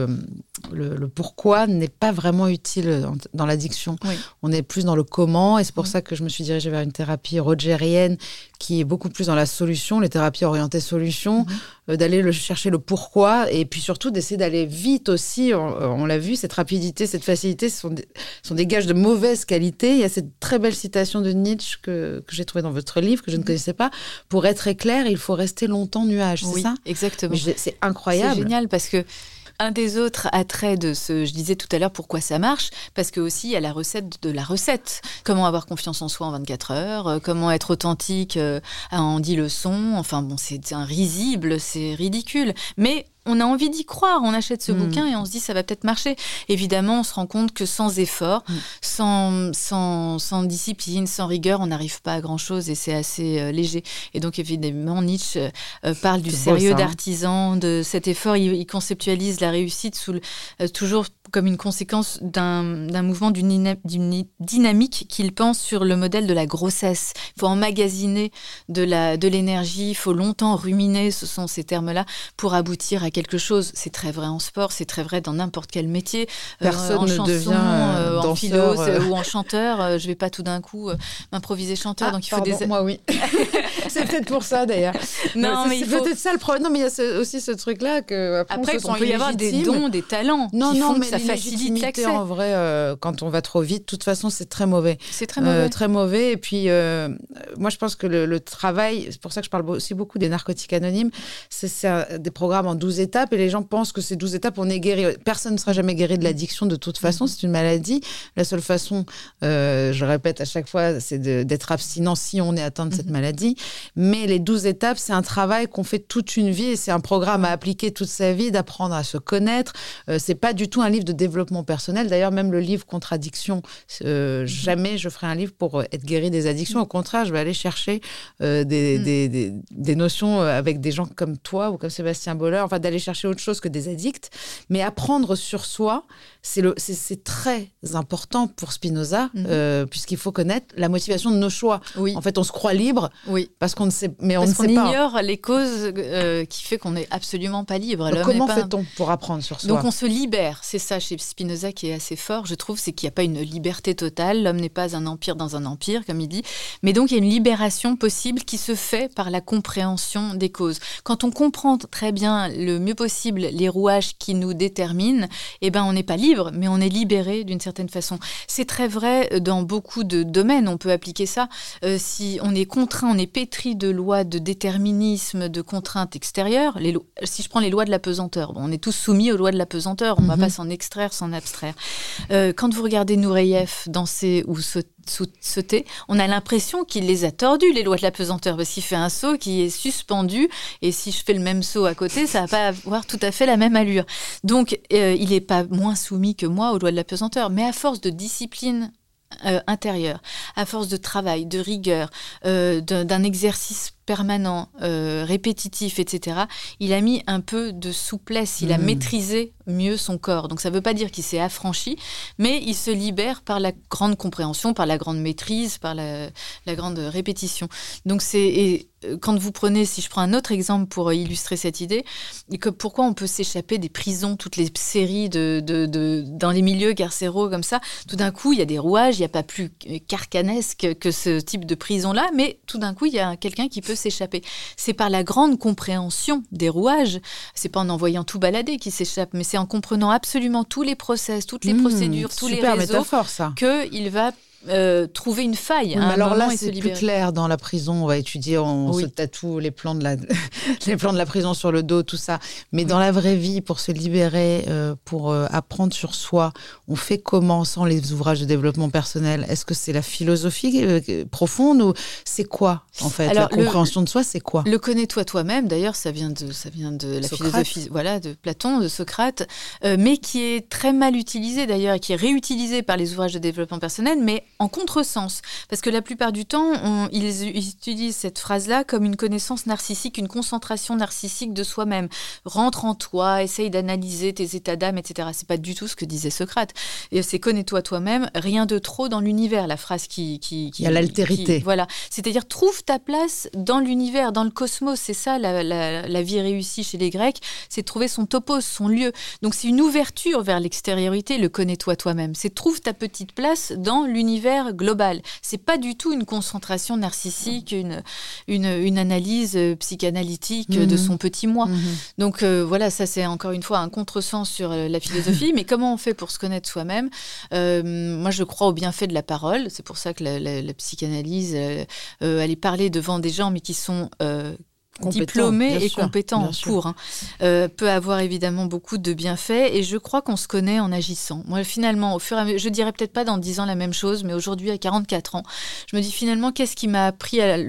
le pourquoi n'est pas vraiment utile dans l'addiction. Oui. On est plus dans le comment, et c'est pour ça que je me suis dirigée vers une thérapie rogérienne qui est beaucoup plus dans la solution, les thérapies orientées solution, d'aller chercher le pourquoi, et puis surtout d'essayer d'aller vite aussi. On l'a vu, cette rapidité, cette facilité sont des gages de mauvaise qualité. Il y a cette très belle citation de Nietzsche que j'ai trouvée dans votre livre, que je ne connaissais pas. Pour être éclair, il faut rester longtemps nuage, c'est ça ? Exactement. C'est incroyable. C'est génial parce que un des autres attraits de je disais tout à l'heure pourquoi ça marche, parce que aussi il y a la recette de la recette. Comment avoir confiance en soi en 24 heures, comment être authentique en 10 leçons. Enfin bon, c'est un risible, c'est ridicule. Mais on a envie d'y croire, on achète ce bouquin et on se dit ça va peut-être marcher. Évidemment, on se rend compte que sans effort, sans discipline, sans rigueur, on n'arrive pas à grand-chose et c'est assez léger. Et donc évidemment, Nietzsche parle du sérieux d'artisan, de cet effort. Il conceptualise la réussite toujours comme une conséquence d'un mouvement, d'une dynamique qu'il pense sur le modèle de la grossesse. Il faut emmagasiner de l'énergie, il faut longtemps ruminer, ce sont ces termes-là, pour aboutir à quelque chose. C'est très vrai en sport, c'est très vrai dans n'importe quel métier. Personne en ne chanson, devient en danseur, philo ou en chanteur. Je vais pas tout d'un coup m'improviser chanteur. Donc il faut moi oui. C'est peut-être pour ça d'ailleurs. Non, mais c'est il faut... peut-être ça le problème. Non, mais il y a aussi ce truc-là que après on peut y avoir des dons, des talents qui font que ça facilite l'accès. En vrai, quand on va trop vite, de toute façon, c'est très mauvais. C'est très mauvais. Très mauvais. Et puis, moi, je pense que le travail, c'est pour ça que je parle aussi beaucoup des narcotiques anonymes, c'est des programmes en 12 étapes et les gens pensent que ces 12 étapes, on est guéri. Personne ne sera jamais guéri de l'addiction de toute façon. C'est une maladie. La seule façon, je le répète à chaque fois, c'est d'être abstinent si on est atteint de cette maladie. Mais les 12 étapes, c'est un travail qu'on fait toute une vie et c'est un programme à appliquer toute sa vie, d'apprendre à se connaître. C'est pas du tout un livre de développement personnel. D'ailleurs, même le livre Contradiction, jamais je ferai un livre pour être guéri des addictions. Au contraire, je vais aller chercher des notions avec des gens comme toi ou comme Sébastien Boller, enfin d'aller chercher autre chose que des addicts. Mais apprendre sur soi, c'est très important pour Spinoza, puisqu'il faut connaître la motivation de nos choix. Oui. En fait, on se croit libre parce qu'on ne sait, mais on ne sait pas. Parce qu'on ignore les causes qui fait qu'on n'est absolument pas libre. Donc, comment fait-on pour apprendre sur soi ? Donc on se libère. C'est ça chez Spinoza qui est assez fort, je trouve, c'est qu'il n'y a pas une liberté totale. L'homme n'est pas un empire dans un empire, comme il dit. Mais donc il y a une libération possible qui se fait par la compréhension des causes. Quand on comprend très bien le mieux possible les rouages qui nous déterminent, on n'est pas libre, mais on est libéré d'une certaine façon. C'est très vrai dans beaucoup de domaines, on peut appliquer ça. Si on est contraint, on est pétri de lois de déterminisme, de contraintes extérieures. Si je prends les lois de la pesanteur, on est tous soumis aux lois de la pesanteur, on ne va pas s'en extraire, s'en abstraire. Quand vous regardez Nureyev danser ou sauter, on a l'impression qu'il les a tordus, les lois de la pesanteur, parce qu'il fait un saut qui est suspendu, et si je fais le même saut à côté, ça va pas avoir tout à fait la même allure. Donc, il n'est pas moins soumis que moi aux lois de la pesanteur, mais à force de discipline intérieure, à force de travail, de rigueur, d'un exercice permanent, répétitif, etc., il a mis un peu de souplesse, il a maîtrisé mieux son corps. Donc ça ne veut pas dire qu'il s'est affranchi, mais il se libère par la grande compréhension, par la grande maîtrise, par la grande répétition. Donc quand vous prenez, si je prends un autre exemple pour illustrer cette idée, pourquoi on peut s'échapper des prisons, toutes les séries dans les milieux carcéraux comme ça, tout d'un coup il y a des rouages, il n'y a pas plus carcanesque que ce type de prison-là, mais tout d'un coup il y a quelqu'un qui peut s'échapper. C'est par la grande compréhension des rouages. C'est pas en envoyant tout balader qu'il s'échappe, mais c'est en comprenant absolument tous les process, toutes les procédures, tous les réseaux, métaphore, ça. qu'il va trouver une faille. Oui, alors là, et c'est plus clair. Dans la prison, on va étudier, on se tatoue les plans de la prison sur le dos, tout ça. Mais dans la vraie vie, pour se libérer, pour apprendre sur soi, on fait comment sans les ouvrages de développement personnel? Est-ce que c'est la philosophie profonde ou c'est quoi, en fait? Alors, la compréhension de soi, c'est quoi? Le connais-toi toi-même, d'ailleurs, ça vient de la philosophie, de Platon, de Socrate, mais qui est très mal utilisé d'ailleurs, et qui est réutilisé par les ouvrages de développement personnel, mais en contresens. Parce que la plupart du temps, ils utilisent cette phrase-là comme une connaissance narcissique, une concentration narcissique de soi-même. Rentre en toi, essaye d'analyser tes états d'âme, etc. C'est pas du tout ce que disait Socrate. Et c'est connais-toi toi-même, rien de trop dans l'univers, la phrase qui il y a l'altérité. Voilà. C'est-à-dire, trouve ta place dans l'univers, dans le cosmos. C'est ça, la vie réussie chez les Grecs, c'est de trouver son topos, son lieu. Donc, c'est une ouverture vers l'extériorité, le connais-toi toi-même. C'est trouve ta petite place dans l'univers global. C'est pas du tout une concentration narcissique, une analyse psychanalytique de son petit moi. Donc voilà, ça c'est encore une fois un contresens sur la philosophie. Mais comment on fait pour se connaître soi-même? Moi, je crois au bienfait de la parole. C'est pour ça que la psychanalyse, aller parler devant des gens, mais qui sont diplômé et compétent pour, peut avoir évidemment beaucoup de bienfaits, et je crois qu'on se connaît en agissant. Moi, finalement, au fur et à mesure, je dirais peut-être pas dans 10 ans la même chose, mais aujourd'hui, à 44 ans, je me dis finalement, qu'est-ce qui m'a appris à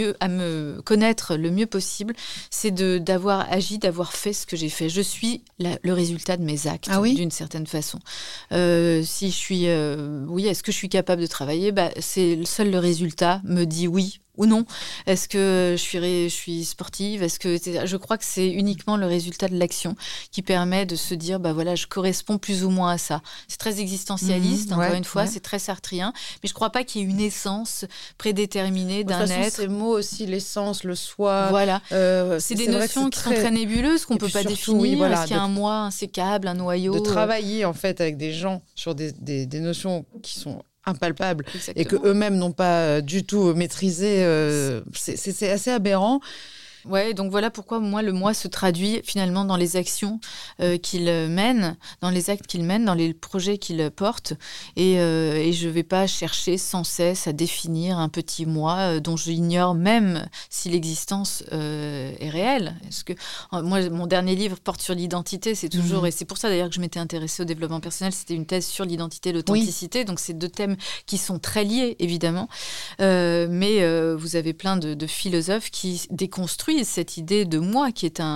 me connaître le mieux possible? C'est d'avoir agi, d'avoir fait ce que j'ai fait. Je suis le résultat de mes actes, d'une certaine façon. Si je suis... est-ce que je suis capable de travailler? C'est seul le résultat me dit oui ou non. Est-ce que je suis sportive? Je crois que c'est uniquement le résultat de l'action qui permet de se dire, je corresponds plus ou moins à ça. C'est très existentialiste, encore une fois, c'est très sartrien, mais je crois pas qu'il y ait une essence prédéterminée d'un être. De toute façon, ces mots aussi, l'essence, le soi. Voilà. C'est des notions qui sont très nébuleuses, qu'on peut pas définir. Est-ce qu'il y a un moi insécable, un noyau? De travailler, en fait, avec des gens sur des notions qui sont impalpables. Exactement. Et qu'eux-mêmes n'ont pas du tout maîtrisé. C'est assez aberrant. Ouais, donc voilà pourquoi moi le moi se traduit finalement dans les actions qu'il mène, dans les actes qu'il mène, dans les projets qu'il porte, et je vais pas chercher sans cesse à définir un petit moi dont j'ignore même si l'existence est réelle. Parce que moi, mon dernier livre porte sur l'identité, c'est toujours, et c'est pour ça d'ailleurs que je m'étais intéressée au développement personnel, c'était une thèse sur l'identité et l'authenticité, donc c'est deux thèmes qui sont très liés évidemment, mais vous avez plein de philosophes qui déconstruisent cette idée de moi qui est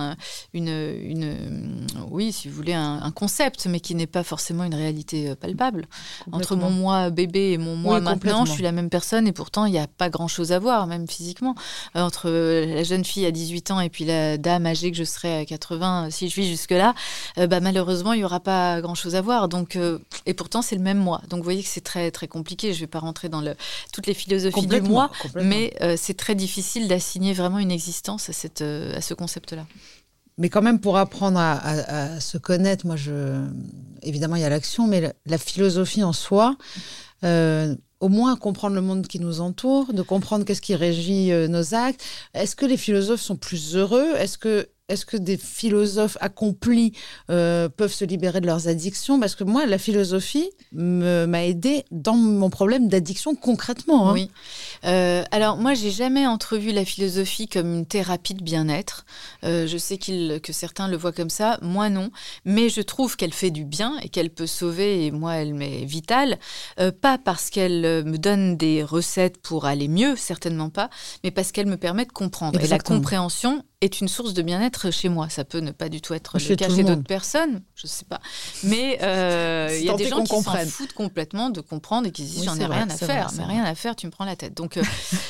si vous voulez, un concept, mais qui n'est pas forcément une réalité palpable. Entre mon moi bébé et mon moi maintenant, je suis la même personne, et pourtant, il n'y a pas grand-chose à voir, même physiquement. Entre la jeune fille à 18 ans et puis la dame âgée que je serai à 80, si je vis jusque-là, malheureusement, il n'y aura pas grand-chose à voir. Donc, et pourtant, c'est le même moi. Donc, vous voyez que c'est très, très compliqué. Je ne vais pas rentrer dans toutes les philosophies du moi, mais c'est très difficile d'assigner vraiment une existence à ce concept-là. Mais quand même, pour apprendre à se connaître, évidemment, il y a l'action, mais la philosophie en soi, au moins comprendre le monde qui nous entoure, de comprendre qu'est-ce qui régit nos actes. Est-ce que les philosophes sont plus heureux? Est-ce que des philosophes accomplis peuvent se libérer de leurs addictions? Parce que moi, la philosophie m'a aidée dans mon problème d'addiction concrètement. Oui. Alors, moi, j'ai jamais entrevu la philosophie comme une thérapie de bien-être. Je sais que certains le voient comme ça. Moi, non. Mais je trouve qu'elle fait du bien et qu'elle peut sauver. Et moi, elle m'est vitale. Pas parce qu'elle me donne des recettes pour aller mieux, certainement pas, mais parce qu'elle me permet de comprendre. Exactement. Et la compréhension est une source de bien-être chez moi. Ça peut ne pas du tout être le cas chez d'autres personnes, je ne sais pas. Mais il y a des gens qui s'en foutent complètement de comprendre et qui se disent j'en ai rien à faire. Mais rien à faire, tu me prends la tête. Donc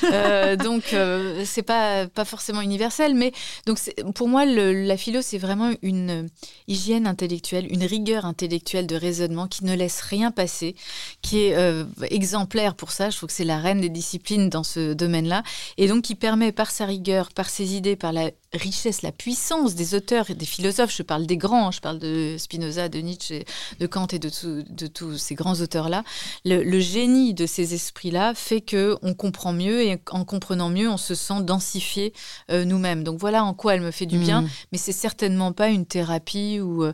c'est pas forcément universel. Mais donc pour moi, la philo, c'est vraiment une hygiène intellectuelle, une rigueur intellectuelle de raisonnement qui ne laisse rien passer, qui est exemplaire pour ça. Je trouve que c'est la reine des disciplines dans ce domaine-là. Et donc qui permet par sa rigueur, par ses idées, par la richesse, la puissance des auteurs et des philosophes, je parle des grands, je parle de Spinoza, de Nietzsche, de Kant et de tous ces grands auteurs-là, le génie de ces esprits-là fait qu'on comprend mieux et en comprenant mieux, on se sent densifié nous-mêmes. Donc voilà en quoi elle me fait du bien, mais c'est certainement pas une thérapie ou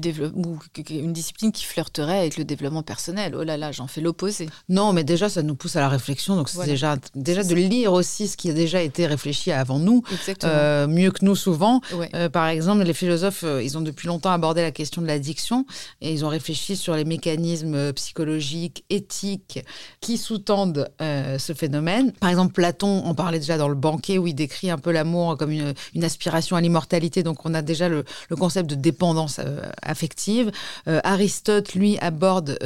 une discipline qui flirterait avec le développement personnel. Oh là là, j'en fais l'opposé. Non, mais déjà, ça nous pousse à la réflexion. Donc, c'est déjà de lire aussi ce qui a déjà été réfléchi avant nous, mieux que nous souvent. Ouais. Par exemple, les philosophes, ils ont depuis longtemps abordé la question de l'addiction et ils ont réfléchi sur les mécanismes psychologiques, éthiques qui sous-tendent ce phénomène. Par exemple, Platon en parlait déjà dans Le Banquet où il décrit un peu l'amour comme une aspiration à l'immortalité. Donc, on a déjà le concept de dépendance affective. Aristote, lui, aborde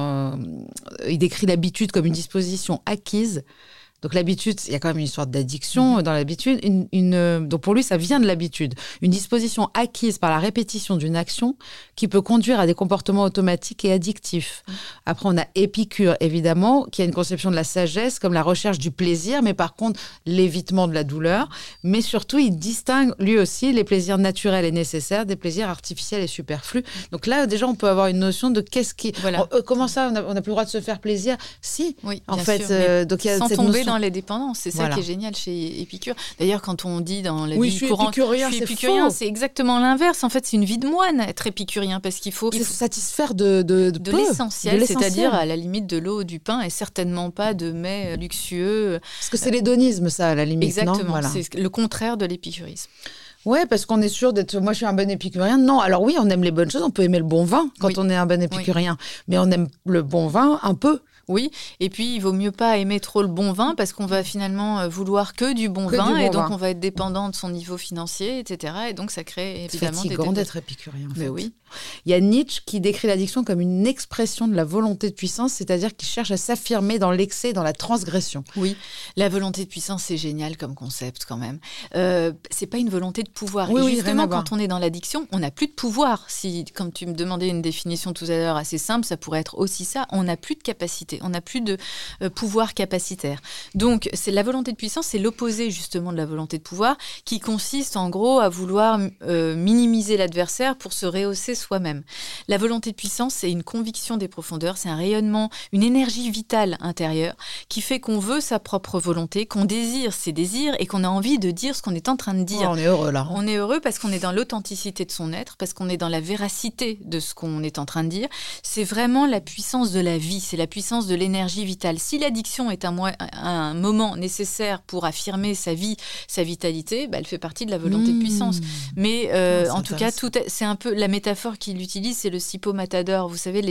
il décrit l'habitude comme une disposition acquise. Donc l'habitude, il y a quand même une histoire d'addiction dans l'habitude. Donc pour lui, ça vient de l'habitude. Une disposition acquise par la répétition d'une action qui peut conduire à des comportements automatiques et addictifs. Après, on a Épicure, évidemment, qui a une conception de la sagesse comme la recherche du plaisir, mais par contre, l'évitement de la douleur. Mais surtout, il distingue, lui aussi, les plaisirs naturels et nécessaires des plaisirs artificiels et superflus. Donc là, déjà, on peut avoir une notion de qu'est-ce qui... Voilà. Comment ça, on n'a plus le droit de se faire plaisir ? Si, oui, en fait. Donc, il y a sans cette tomber notion... dans les dépendances, c'est ça qui est génial chez Épicure. D'ailleurs, quand on dit dans la vie courante, je suis épicurien, c'est exactement l'inverse. En fait, c'est une vie de moine, être épicurien, parce qu'il faut se satisfaire de l'essentiel, c'est-à-dire à la limite de l'eau, du pain, et certainement pas de mets luxueux. Parce que c'est l'hédonisme, ça, à la limite. Exactement, c'est le contraire de l'épicurisme. Ouais, parce qu'on est sûr d'être... Moi, je suis un bon épicurien. Non, alors oui, on aime les bonnes choses, on peut aimer le bon vin quand on est un bon épicurien. Mais on aime le bon vin un peu. Oui, et puis il vaut mieux pas aimer trop le bon vin parce qu'on va finalement vouloir que du bon vin et donc on va être dépendant de son niveau financier, etc. Et donc ça crée évidemment... C'est fatigant d'être épicurien, en fait. Mais oui. Il y a Nietzsche qui décrit l'addiction comme une expression de la volonté de puissance, c'est-à-dire qu'il cherche à s'affirmer dans l'excès, dans la transgression. Oui, la volonté de puissance, c'est génial comme concept quand même. C'est pas une volonté de pouvoir. Oui, et justement, quand on est dans l'addiction, on n'a plus de pouvoir. Si, comme tu me demandais une définition tout à l'heure assez simple, ça pourrait être aussi ça. On n'a plus de capacité, on n'a plus de pouvoir capacitaire. Donc, c'est la volonté de puissance, c'est l'opposé justement de la volonté de pouvoir, qui consiste en gros à vouloir minimiser l'adversaire pour se rehausser soi-même. La volonté de puissance, c'est une conviction des profondeurs, c'est un rayonnement, une énergie vitale intérieure qui fait qu'on veut sa propre volonté, qu'on désire ses désirs et qu'on a envie de dire ce qu'on est en train de dire. Oh, on est heureux là. On est heureux parce qu'on est dans l'authenticité de son être, parce qu'on est dans la véracité de ce qu'on est en train de dire. C'est vraiment la puissance de la vie, c'est la puissance de l'énergie vitale. Si l'addiction est un moment nécessaire pour affirmer sa vie, sa vitalité, elle fait partie de la volonté de puissance. Mais en tout cas, c'est un peu la métaphore qu'il utilise, c'est le Cipo Matador. Vous savez,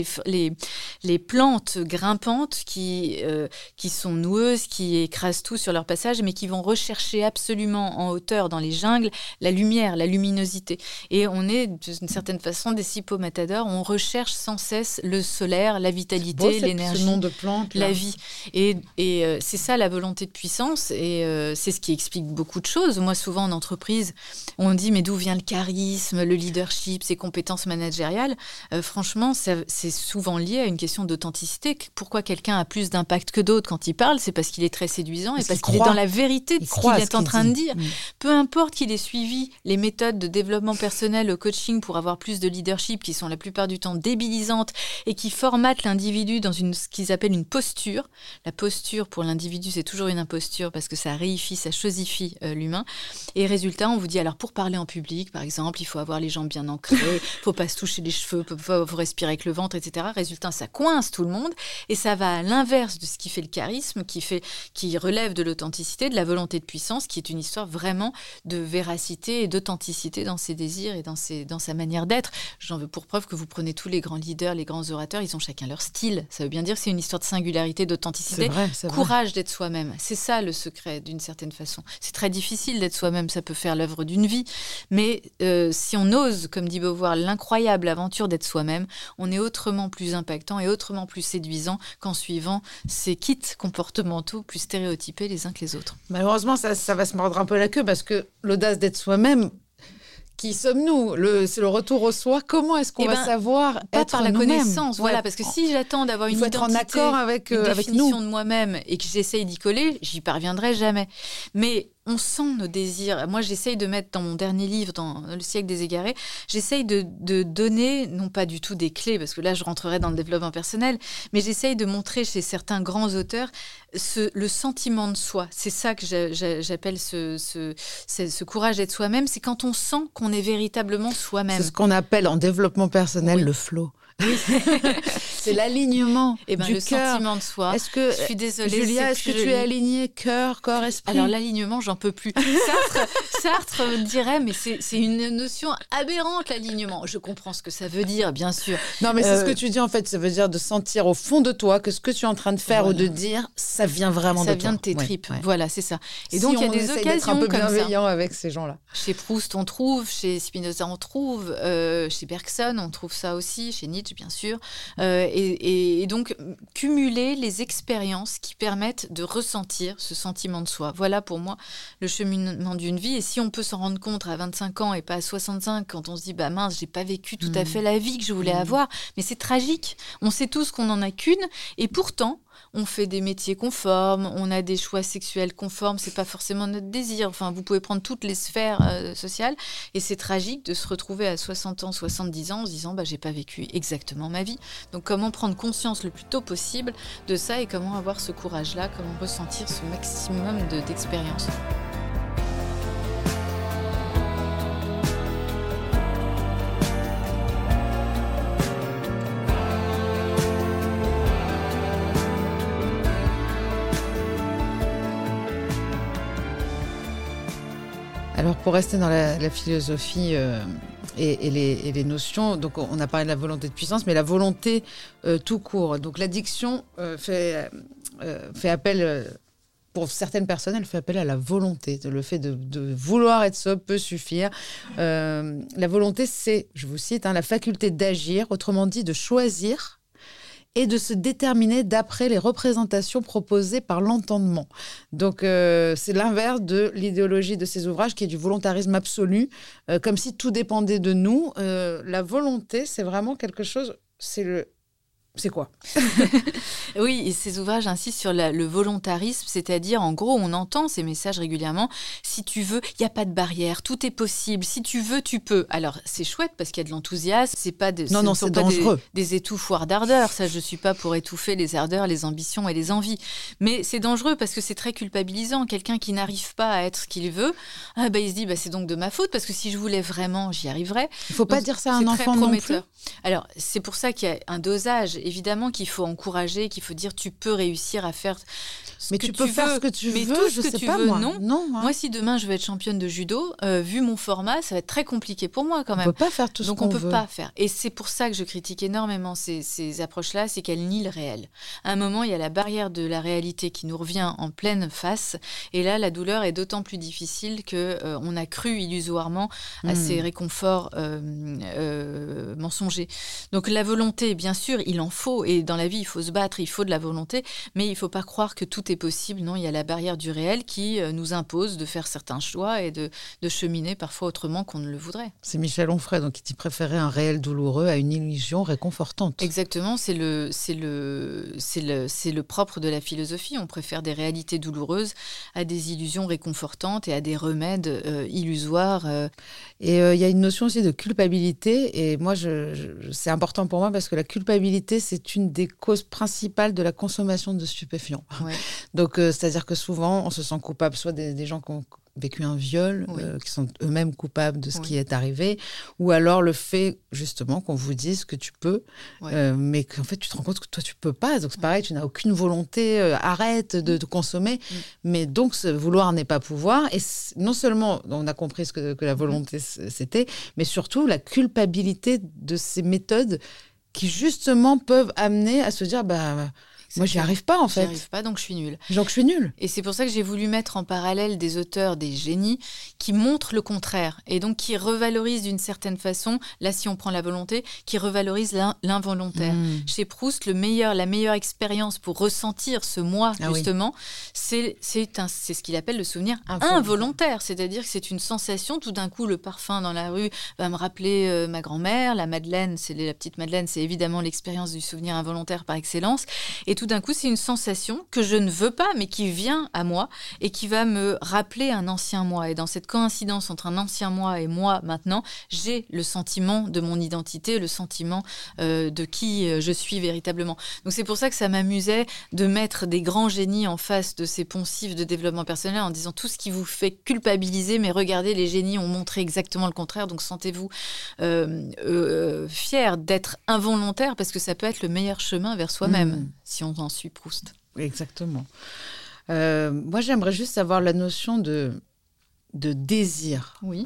les plantes grimpantes qui sont noueuses, qui écrasent tout sur leur passage, mais qui vont rechercher absolument en hauteur, dans les jungles, la lumière, la luminosité. Et on est, d'une certaine façon, des Cipo Matador. On recherche sans cesse le solaire, la vitalité, l'énergie, ce nom de plante, la vie. Et c'est ça la volonté de puissance. Et c'est ce qui explique beaucoup de choses. Moi, souvent en entreprise, on dit mais d'où vient le charisme, le leadership, ces compétences managériales. Franchement, c'est souvent lié à une question d'authenticité. Pourquoi quelqu'un a plus d'impact que d'autres quand il parle ? C'est parce qu'il est très séduisant et parce qu'il est dans la vérité de ce qu'il est en train de dire. Peu importe qu'il ait suivi les méthodes de développement personnel, au coaching pour avoir plus de leadership qui sont la plupart du temps débilisantes et qui formatent l'individu dans ce qu'ils appellent une posture. La posture pour l'individu, c'est toujours une imposture parce que ça réifie, ça chosifie l'humain. Et résultat, on vous dit alors pour parler en public, par exemple, il faut avoir les jambes bien ancrées, il faut pas se toucher les cheveux, faut respirer avec le ventre, etc. Résultat, ça coince tout le monde et ça va à l'inverse de ce qui fait le charisme, qui relève de l'authenticité, de la volonté de puissance, qui est une histoire vraiment de véracité et d'authenticité dans ses désirs et dans sa manière d'être. J'en veux pour preuve que vous prenez tous les grands leaders, les grands orateurs, ils ont chacun leur style. Ça veut bien dire que c'est une histoire de singularité, d'authenticité, courage d'être soi-même. C'est ça le secret d'une certaine façon. C'est très difficile d'être soi-même, ça peut faire l'œuvre d'une vie, mais si on ose, comme dit Beauvoir, l'incroyable aventure d'être soi-même, on est autrement plus impactant et autrement plus séduisant qu'en suivant ces kits comportementaux plus stéréotypés les uns que les autres. Malheureusement, ça va se mordre un peu la queue parce que l'audace d'être soi-même, qui sommes-nous ? C'est le retour au soi. Comment est-ce qu'on va savoir pas être par la nous-mêmes ? connaissance, voilà, parce que si j'attends d'avoir une identité, être en accord avec une définition nous. de moi-même et que j'essaye d'y coller, j'y parviendrai jamais. Mais on sent nos désirs. Moi, j'essaye de mettre dans mon dernier livre, dans Le siècle des égarés, j'essaye de donner, non pas du tout des clés, parce que là, je rentrerai dans le développement personnel, mais j'essaye de montrer chez certains grands auteurs le sentiment de soi. C'est ça que j'appelle ce courage d'être soi-même. C'est quand on sent qu'on est véritablement soi-même. C'est ce qu'on appelle en développement personnel le flow. Oui. C'est l'alignement du le cœur. Sentiment de soi. Je suis désolée, Julia, est-ce que tu es alignée cœur, corps, esprit? Alors l'alignement, j'en peux plus. Sartre dirait, mais c'est une notion aberrante, l'alignement. Je comprends ce que ça veut dire, bien sûr. Non, mais c'est ce que tu dis en fait. Ça veut dire de sentir au fond de toi que ce que tu es en train de faire ou de dire, ça vient vraiment de toi. Ça vient de tes tripes. Ouais. Voilà, c'est ça. Et donc il y a des occasions un peu bienveillant avec ces gens-là. Chez Proust, on trouve. Chez Spinoza, on trouve. Chez Bergson, on trouve ça aussi. Chez Nietzsche, bien sûr. Et donc, cumuler les expériences qui permettent de ressentir ce sentiment de soi. Voilà pour moi le cheminement d'une vie. Et si on peut s'en rendre compte à 25 ans et pas à 65, quand on se dit, mince, j'ai pas vécu tout à fait la vie que je voulais avoir, mais c'est tragique. On sait tous qu'on n'en a qu'une. Et pourtant, on fait des métiers conformes, on a des choix sexuels conformes, c'est pas forcément notre désir. Enfin, vous pouvez prendre toutes les sphères sociales et c'est tragique de se retrouver à 60 ans, 70 ans en se disant j'ai pas vécu exactement ma vie. Donc comment prendre conscience le plus tôt possible de ça et comment avoir ce courage-là, comment ressentir ce maximum d'expérience. Alors, pour rester dans la philosophie et les notions, donc on a parlé de la volonté de puissance, mais la volonté tout court. Donc, l'addiction fait appel, pour certaines personnes, elle fait appel à la volonté. Le fait de vouloir être sobre peut suffire. La volonté, c'est, je vous cite, la faculté d'agir, autrement dit de choisir, et de se déterminer d'après les représentations proposées par l'entendement. Donc, c'est l'inverse de l'idéologie de ces ouvrages, qui est du volontarisme absolu, comme si tout dépendait de nous. La volonté, c'est vraiment quelque chose... C'est quoi? Oui, et ces ouvrages insistent sur le volontarisme, c'est-à-dire, en gros, on entend ces messages régulièrement. Si tu veux, il n'y a pas de barrière, tout est possible. Si tu veux, tu peux. Alors, c'est chouette parce qu'il y a de l'enthousiasme. C'est pas c'est dangereux. Des étouffoirs d'ardeur. Ça, je ne suis pas pour étouffer les ardeurs, les ambitions et les envies. Mais c'est dangereux parce que c'est très culpabilisant. Quelqu'un qui n'arrive pas à être ce qu'il veut, il se dit, c'est donc de ma faute parce que si je voulais vraiment, j'y arriverais. Il ne faut pas dire ça à un enfant non plus. Alors, c'est pour ça qu'il y a un dosage. Évidemment qu'il faut encourager, qu'il faut dire tu peux réussir à faire ce que tu peux faire ce que tu veux, tout ce je que sais tu pas veux, moi. Non. Moi, si demain je veux être championne de judo, vu mon format, ça va être très compliqué pour moi quand même. On peut pas faire tout ce qu'on veut. Donc on peut pas faire. Et c'est pour ça que je critique énormément ces approches-là, c'est qu'elles nient le réel. À un moment, il y a la barrière de la réalité qui nous revient en pleine face, et là, la douleur est d'autant plus difficile que on a cru illusoirement à ces réconforts mensongers. Donc la volonté, bien sûr, il en faut, et dans la vie, il faut se battre, il faut de la volonté, mais il ne faut pas croire que tout est possible. Non, il y a la barrière du réel qui nous impose de faire certains choix et de cheminer parfois autrement qu'on ne le voudrait. C'est Michel Onfray, donc, qui dit préférer un réel douloureux à une illusion réconfortante. Exactement, c'est le propre de la philosophie. On préfère des réalités douloureuses à des illusions réconfortantes et à des remèdes illusoires. Et il y a une notion aussi de culpabilité, et moi, c'est important pour moi parce que la culpabilité, c'est une des causes principales de la consommation de stupéfiants. Ouais. Donc, c'est-à-dire que souvent, on se sent coupable, soit des gens qui ont vécu un viol, qui sont eux-mêmes coupables de ce qui est arrivé, ou alors le fait, justement, qu'on vous dise que tu peux, mais qu'en fait, tu te rends compte que toi, tu peux pas. Donc, c'est pareil, tu n'as aucune volonté, arrête de consommer. Mais donc, ce vouloir n'est pas pouvoir. Et non seulement, on a compris ce que la volonté, c'était, mais surtout la culpabilité de ces méthodes qui, justement, peuvent amener à se dire, moi, j'y arrive pas, en fait. J'y arrive pas, donc je suis nulle. Donc, je suis nulle. Et c'est pour ça que j'ai voulu mettre en parallèle des auteurs, des génies, qui montrent le contraire. Et donc, qui revalorisent d'une certaine façon, là, si on prend la volonté, qui revalorisent l'involontaire. Chez Proust, la meilleure expérience pour ressentir ce moi, justement, c'est ce qu'il appelle le souvenir involontaire. C'est-à-dire que c'est une sensation. Tout d'un coup, le parfum dans la rue va me rappeler ma grand-mère. La Madeleine, la petite Madeleine, c'est évidemment l'expérience du souvenir involontaire par excellence. Et tout d'un coup, c'est une sensation que je ne veux pas, mais qui vient à moi et qui va me rappeler un ancien moi. Et dans cette coïncidence entre un ancien moi et moi maintenant, j'ai le sentiment de mon identité, le sentiment de qui je suis véritablement. Donc c'est pour ça que ça m'amusait de mettre des grands génies en face de ces poncifs de développement personnel en disant tout ce qui vous fait culpabiliser, mais regardez, les génies ont montré exactement le contraire, donc sentez-vous fiers d'être involontaires parce que ça peut être le meilleur chemin vers soi-même si on en suit Proust. Exactement. Moi, j'aimerais juste savoir la notion de désir. Oui.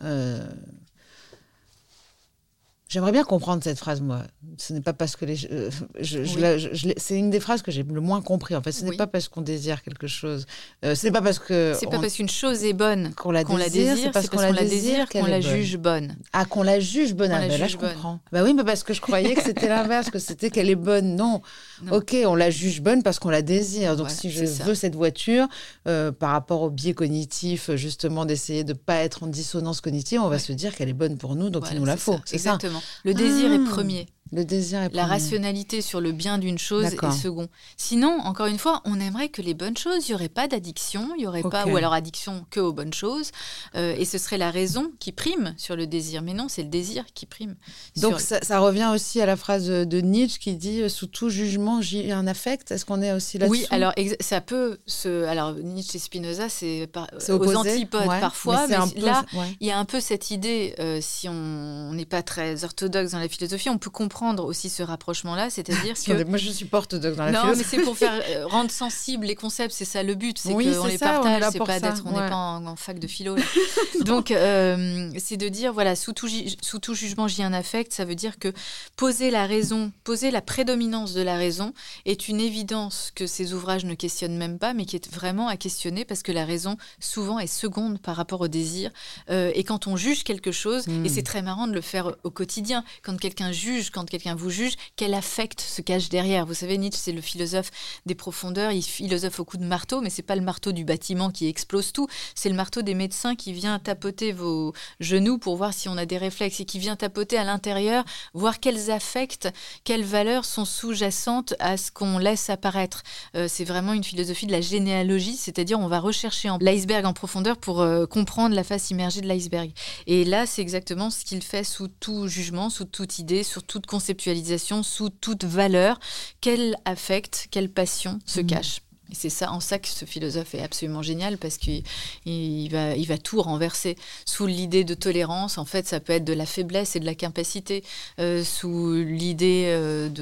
J'aimerais bien comprendre cette phrase, moi. Ce n'est pas parce que c'est une des phrases que j'ai le moins compris. En fait, ce n'est pas parce qu'on désire quelque chose. Ce n'est pas parce que. C'est pas parce qu'une chose est bonne qu'on la désire. C'est parce qu'on la désire qu'on la juge bonne. Ah, qu'on la juge bonne. Là, je comprends. Bah oui, mais parce que je croyais que c'était l'inverse, que c'était qu'elle est bonne. Non. Ok, on la juge bonne parce qu'on la désire. Donc, si je veux cette voiture, par rapport au biais cognitif, justement, d'essayer de ne pas être en dissonance cognitive, on va se dire qu'elle est bonne pour nous, donc il nous la faut. C'est exactement. Le désir est premier. Le désir est premier. La rationalité sur le bien d'une chose est second. Sinon, encore une fois, on aimerait que les bonnes choses, il n'y aurait pas d'addiction, il y aurait pas, ou alors addiction que aux bonnes choses, et ce serait la raison qui prime sur le désir. Mais non, c'est le désir qui prime. Donc ça revient aussi à la phrase de Nietzsche qui dit « Sous tout jugement, j'ai un affect ». Est-ce qu'on est aussi là-dessus ? Oui, alors ça peut Alors Nietzsche et Spinoza, c'est aux antipodes parfois, mais là, il y a un peu cette idée, si on n'est pas très orthodoxe dans la philosophie, on peut comprendre aussi ce rapprochement-là, c'est-à-dire que... Moi, je suis pas orthodoxe dans la philosophie. Non, mais c'est pour faire rendre sensibles les concepts, c'est ça le but, c'est qu'on les partage, c'est pas d'être... On n'est pas en fac de philo. Là. Donc, c'est de dire, voilà, sous tout jugement, j'y ai un affect, ça veut dire que poser la raison, poser la prédominance de la raison est une évidence que ces ouvrages ne questionnent même pas, mais qui est vraiment à questionner, parce que la raison, souvent, est seconde par rapport au désir. Et quand on juge quelque chose, et c'est très marrant de le faire au quotidien, quand quelqu'un juge, quand quelqu'un vous juge, quel affect se cache derrière. Vous savez, Nietzsche, c'est le philosophe des profondeurs, il philosophe au coup de marteau, mais c'est pas le marteau du bâtiment qui explose tout, c'est le marteau des médecins qui vient tapoter vos genoux pour voir si on a des réflexes et qui vient tapoter à l'intérieur, voir quels affects, quelles valeurs sont sous-jacentes à ce qu'on laisse apparaître. C'est vraiment une philosophie de la généalogie, c'est-à-dire on va rechercher l'iceberg en profondeur pour comprendre la face immergée de l'iceberg. Et là, c'est exactement ce qu'il fait sous tout jugement, sous toute idée, sur toute conceptualisation, sous toute valeur, quel affect, quelle passion se cache. Et c'est ça, en ça que ce philosophe est absolument génial, parce qu'il va tout renverser. Sous l'idée de tolérance, en fait, ça peut être de la faiblesse et de la capacité. Sous l'idée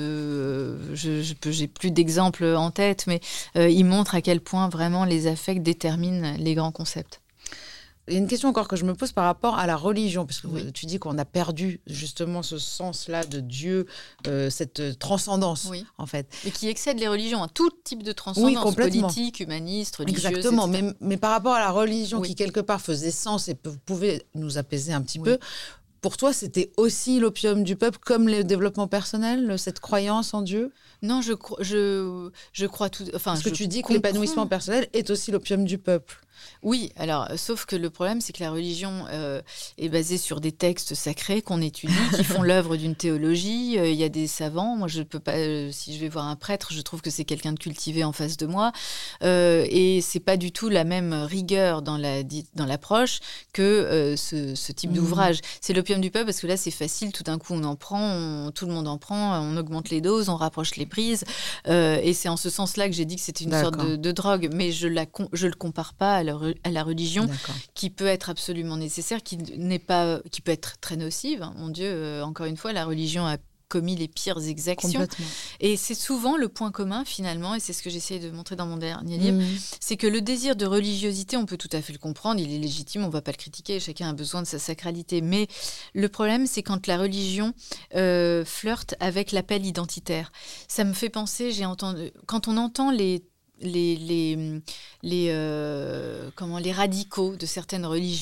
j'ai plus d'exemples en tête, mais il montre à quel point vraiment les affects déterminent les grands concepts. Il y a une question encore que je me pose par rapport à la religion, parce que tu dis qu'on a perdu justement ce sens-là de Dieu, cette transcendance, en fait. Mais qui excède les religions, tout type de transcendance, politique, humaniste, religieuse, exactement, mais par rapport à la religion qui, quelque part, faisait sens et pouvait nous apaiser un petit peu, pour toi, c'était aussi l'opium du peuple, comme le développement personnel, cette croyance en Dieu ? Non, je crois tout... Enfin, parce que tu dis que l'épanouissement personnel est aussi l'opium du peuple. Oui, alors, sauf que le problème, c'est que la religion est basée sur des textes sacrés qu'on étudie, qui font l'œuvre d'une théologie. Il y a des savants. Moi, je peux pas. Si je vais voir un prêtre, je trouve que c'est quelqu'un de cultivé en face de moi. Et c'est pas du tout la même rigueur dans l'approche que ce type d'ouvrage. C'est l'opium du peuple parce que là, c'est facile. Tout d'un coup, on en prend, tout le monde en prend. On augmente les doses, on rapproche les prises. Et c'est en ce sens-là que j'ai dit que c'était une sorte de drogue. Mais je le compare pas à la religion, qui peut être absolument nécessaire, qui peut être très nocive. Mon Dieu, encore une fois, la religion a commis les pires exactions. Et c'est souvent le point commun, finalement, et c'est ce que j'essaie de montrer dans mon dernier livre, c'est que le désir de religiosité, on peut tout à fait le comprendre, il est légitime, on ne va pas le critiquer, chacun a besoin de sa sacralité. Mais le problème, c'est quand la religion flirte avec l'appel identitaire. Ça me fait penser, quand on entend les radicaux de certaines religions,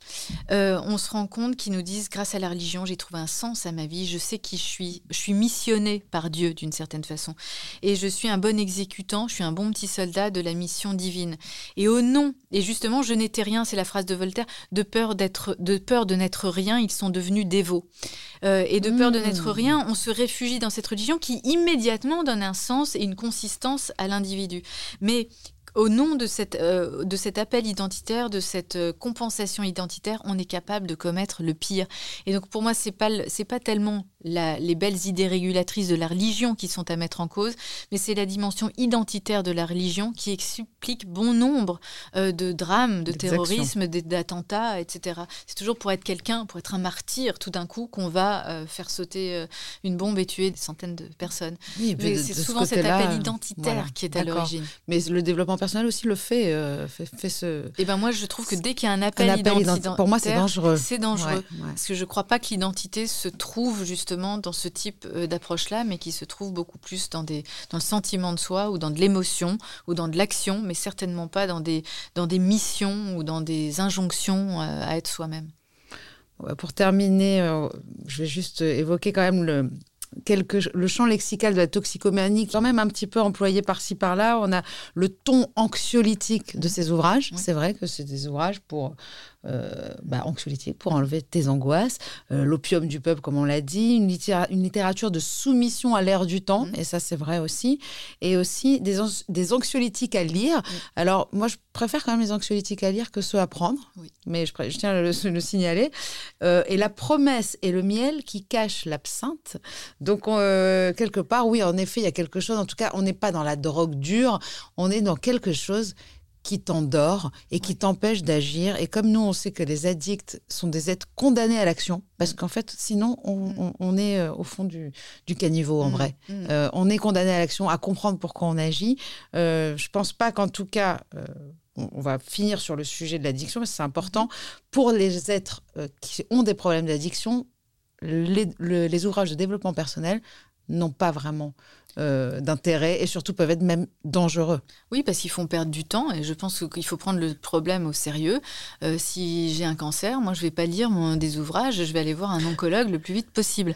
On se rend compte qu'ils nous disent, grâce à la religion, j'ai trouvé un sens à ma vie, je sais qui je suis missionnée par Dieu d'une certaine façon. Et je suis un bon exécutant, je suis un bon petit soldat de la mission divine. Et au nom, et justement, je n'étais rien, c'est la phrase de Voltaire, de peur de n'être rien, ils sont devenus dévots. Et de peur de n'être rien, on se réfugie dans cette religion qui immédiatement donne un sens et une consistance à l'individu. Mais au nom de cet appel identitaire, de cette compensation identitaire, on est capable de commettre le pire. Et donc pour moi, c'est pas tellement les belles idées régulatrices de la religion qui sont à mettre en cause, mais c'est la dimension identitaire de la religion qui explique bon nombre de drames, de terrorisme, d'attentats, etc. C'est toujours pour être quelqu'un, pour être un martyr, tout d'un coup, qu'on va faire sauter une bombe et tuer des centaines de personnes. Oui, mais c'est souvent cet appel identitaire qui est à l'origine. Mais le développement personnel aussi le fait ce... Et ben moi, je trouve que dès qu'il y a un appel identitaire, pour moi, c'est dangereux. C'est dangereux. Ouais. Parce que je ne crois pas que l'identité se trouve justement dans ce type d'approche-là, mais qui se trouve beaucoup plus dans le sentiment de soi ou dans de l'émotion ou dans de l'action, mais certainement pas dans des missions ou dans des injonctions à être soi-même. Pour terminer, je vais juste évoquer quand même le champ lexical de la toxicomanie, quand même un petit peu employé par-ci par-là. On a le ton anxiolytique de ces ouvrages. Oui. C'est vrai que c'est des ouvrages pour anxiolytique, pour enlever tes angoisses. L'opium du peuple, comme on l'a dit. Une littérature de soumission à l'ère du temps, et ça c'est vrai aussi. Et aussi des anxiolytiques à lire. Alors moi je préfère quand même les anxiolytiques à lire que ceux à prendre, mais je tiens à le signaler. Et la promesse et le miel qui cachent l'absinthe. Donc quelque part, oui, en effet, il y a quelque chose. En tout cas, on n'est pas dans la drogue dure, on est dans quelque chose qui t'endort et qui t'empêche d'agir. Et comme nous, on sait que les addicts sont des êtres condamnés à l'action, parce qu'en fait, sinon, on est au fond du caniveau, en vrai. On est condamné à l'action, à comprendre pourquoi on agit. Je ne pense pas qu'en tout cas... on va finir sur le sujet de l'addiction, parce que c'est important. Pour les êtres qui ont des problèmes d'addiction, les ouvrages de développement personnel n'ont pas vraiment d'intérêt et surtout peuvent être même dangereux. Oui, parce qu'ils font perdre du temps et je pense qu'il faut prendre le problème au sérieux. Si j'ai un cancer, moi je ne vais pas lire des ouvrages, je vais aller voir un oncologue le plus vite possible.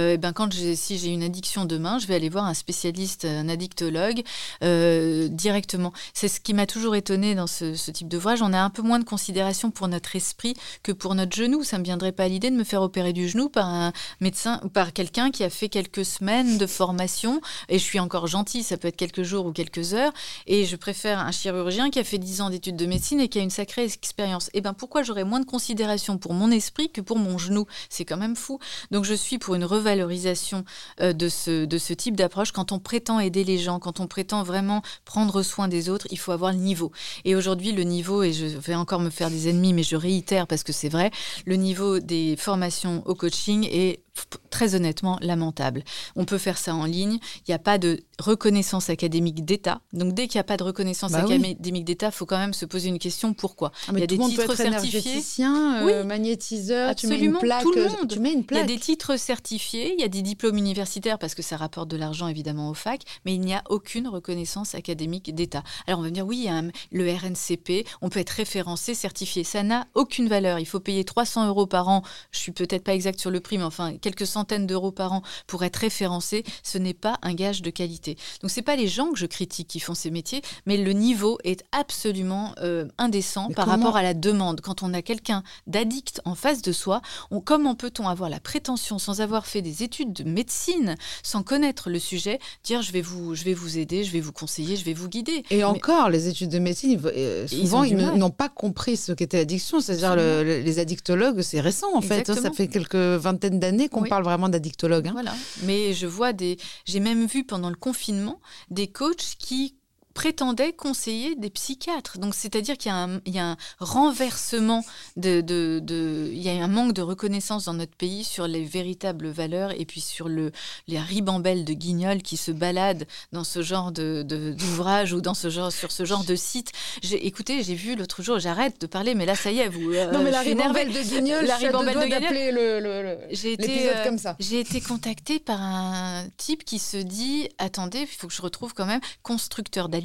Si j'ai une addiction demain, je vais aller voir un spécialiste, un addictologue directement. C'est ce qui m'a toujours étonnée dans ce type d'ouvrage. On a un peu moins de considération pour notre esprit que pour notre genou. Ça ne me viendrait pas à l'idée de me faire opérer du genou par un médecin ou par quelqu'un qui a fait quelques semaines de formation. Et je suis encore gentille, ça peut être quelques jours ou quelques heures. Et je préfère un chirurgien qui a fait 10 ans d'études de médecine et qui a une sacrée expérience. Et bien pourquoi j'aurais moins de considération pour mon esprit que pour mon genou ? C'est quand même fou. Donc je suis pour une revalorisation de ce type d'approche. Quand on prétend aider les gens, quand on prétend vraiment prendre soin des autres, il faut avoir le niveau. Et aujourd'hui, le niveau, et je vais encore me faire des ennemis, mais je réitère parce que c'est vrai, le niveau des formations au coaching est très honnêtement lamentable. On peut faire ça en ligne. Il n'y a pas de reconnaissance académique d'État. Donc, dès qu'il n'y a pas de reconnaissance académique d'État, il faut quand même se poser une question. Pourquoi ? Il y a des titres certifiés. Magnétiseur, absolument, tu mets une plaque. Tout le monde. Tu mets une plaque. Il y a des titres certifiés, il y a des diplômes universitaires parce que ça rapporte de l'argent évidemment aux facs, mais il n'y a aucune reconnaissance académique d'État. Alors, on va me dire, oui, il y a le RNCP, on peut être référencé, certifié. Ça n'a aucune valeur. Il faut payer 300 € par an. Je ne suis peut-être pas exacte sur le prix, mais enfin, quelques centaines d'euros par an pour être référencé. Ce n'est pas un gage de qualité. Donc, ce n'est pas les gens que je critique qui font ces métiers, mais le niveau est absolument indécent par rapport à la demande. Quand on a quelqu'un d'addict en face de soi, comment peut-on avoir la prétention, sans avoir fait des études de médecine, sans connaître le sujet, dire je vais vous aider, je vais vous conseiller, je vais vous guider. Et encore, les études de médecine, souvent, ils n'ont pas compris ce qu'était l'addiction. C'est-à-dire, les addictologues, c'est récent, en fait. Ça fait quelques vingtaines d'années qu'on parle vraiment d'addictologues. Voilà. Mais je vois j'ai même vu pendant le confinement des coachs qui prétendait conseiller des psychiatres. Donc, c'est-à-dire qu'il y a un renversement, il y a un manque de reconnaissance dans notre pays sur les véritables valeurs et puis sur les ribambelles de guignols qui se baladent dans ce genre d'ouvrage ou sur ce genre de site. Écoutez, j'ai vu l'autre jour, j'arrête de parler, mais là, ça y est, vous... non, mais la ribambelle de guignols, d'appeler l'épisode comme ça. J'ai été contactée par un type qui se dit, attendez, il faut que je retrouve quand même, constructeur d'alimentation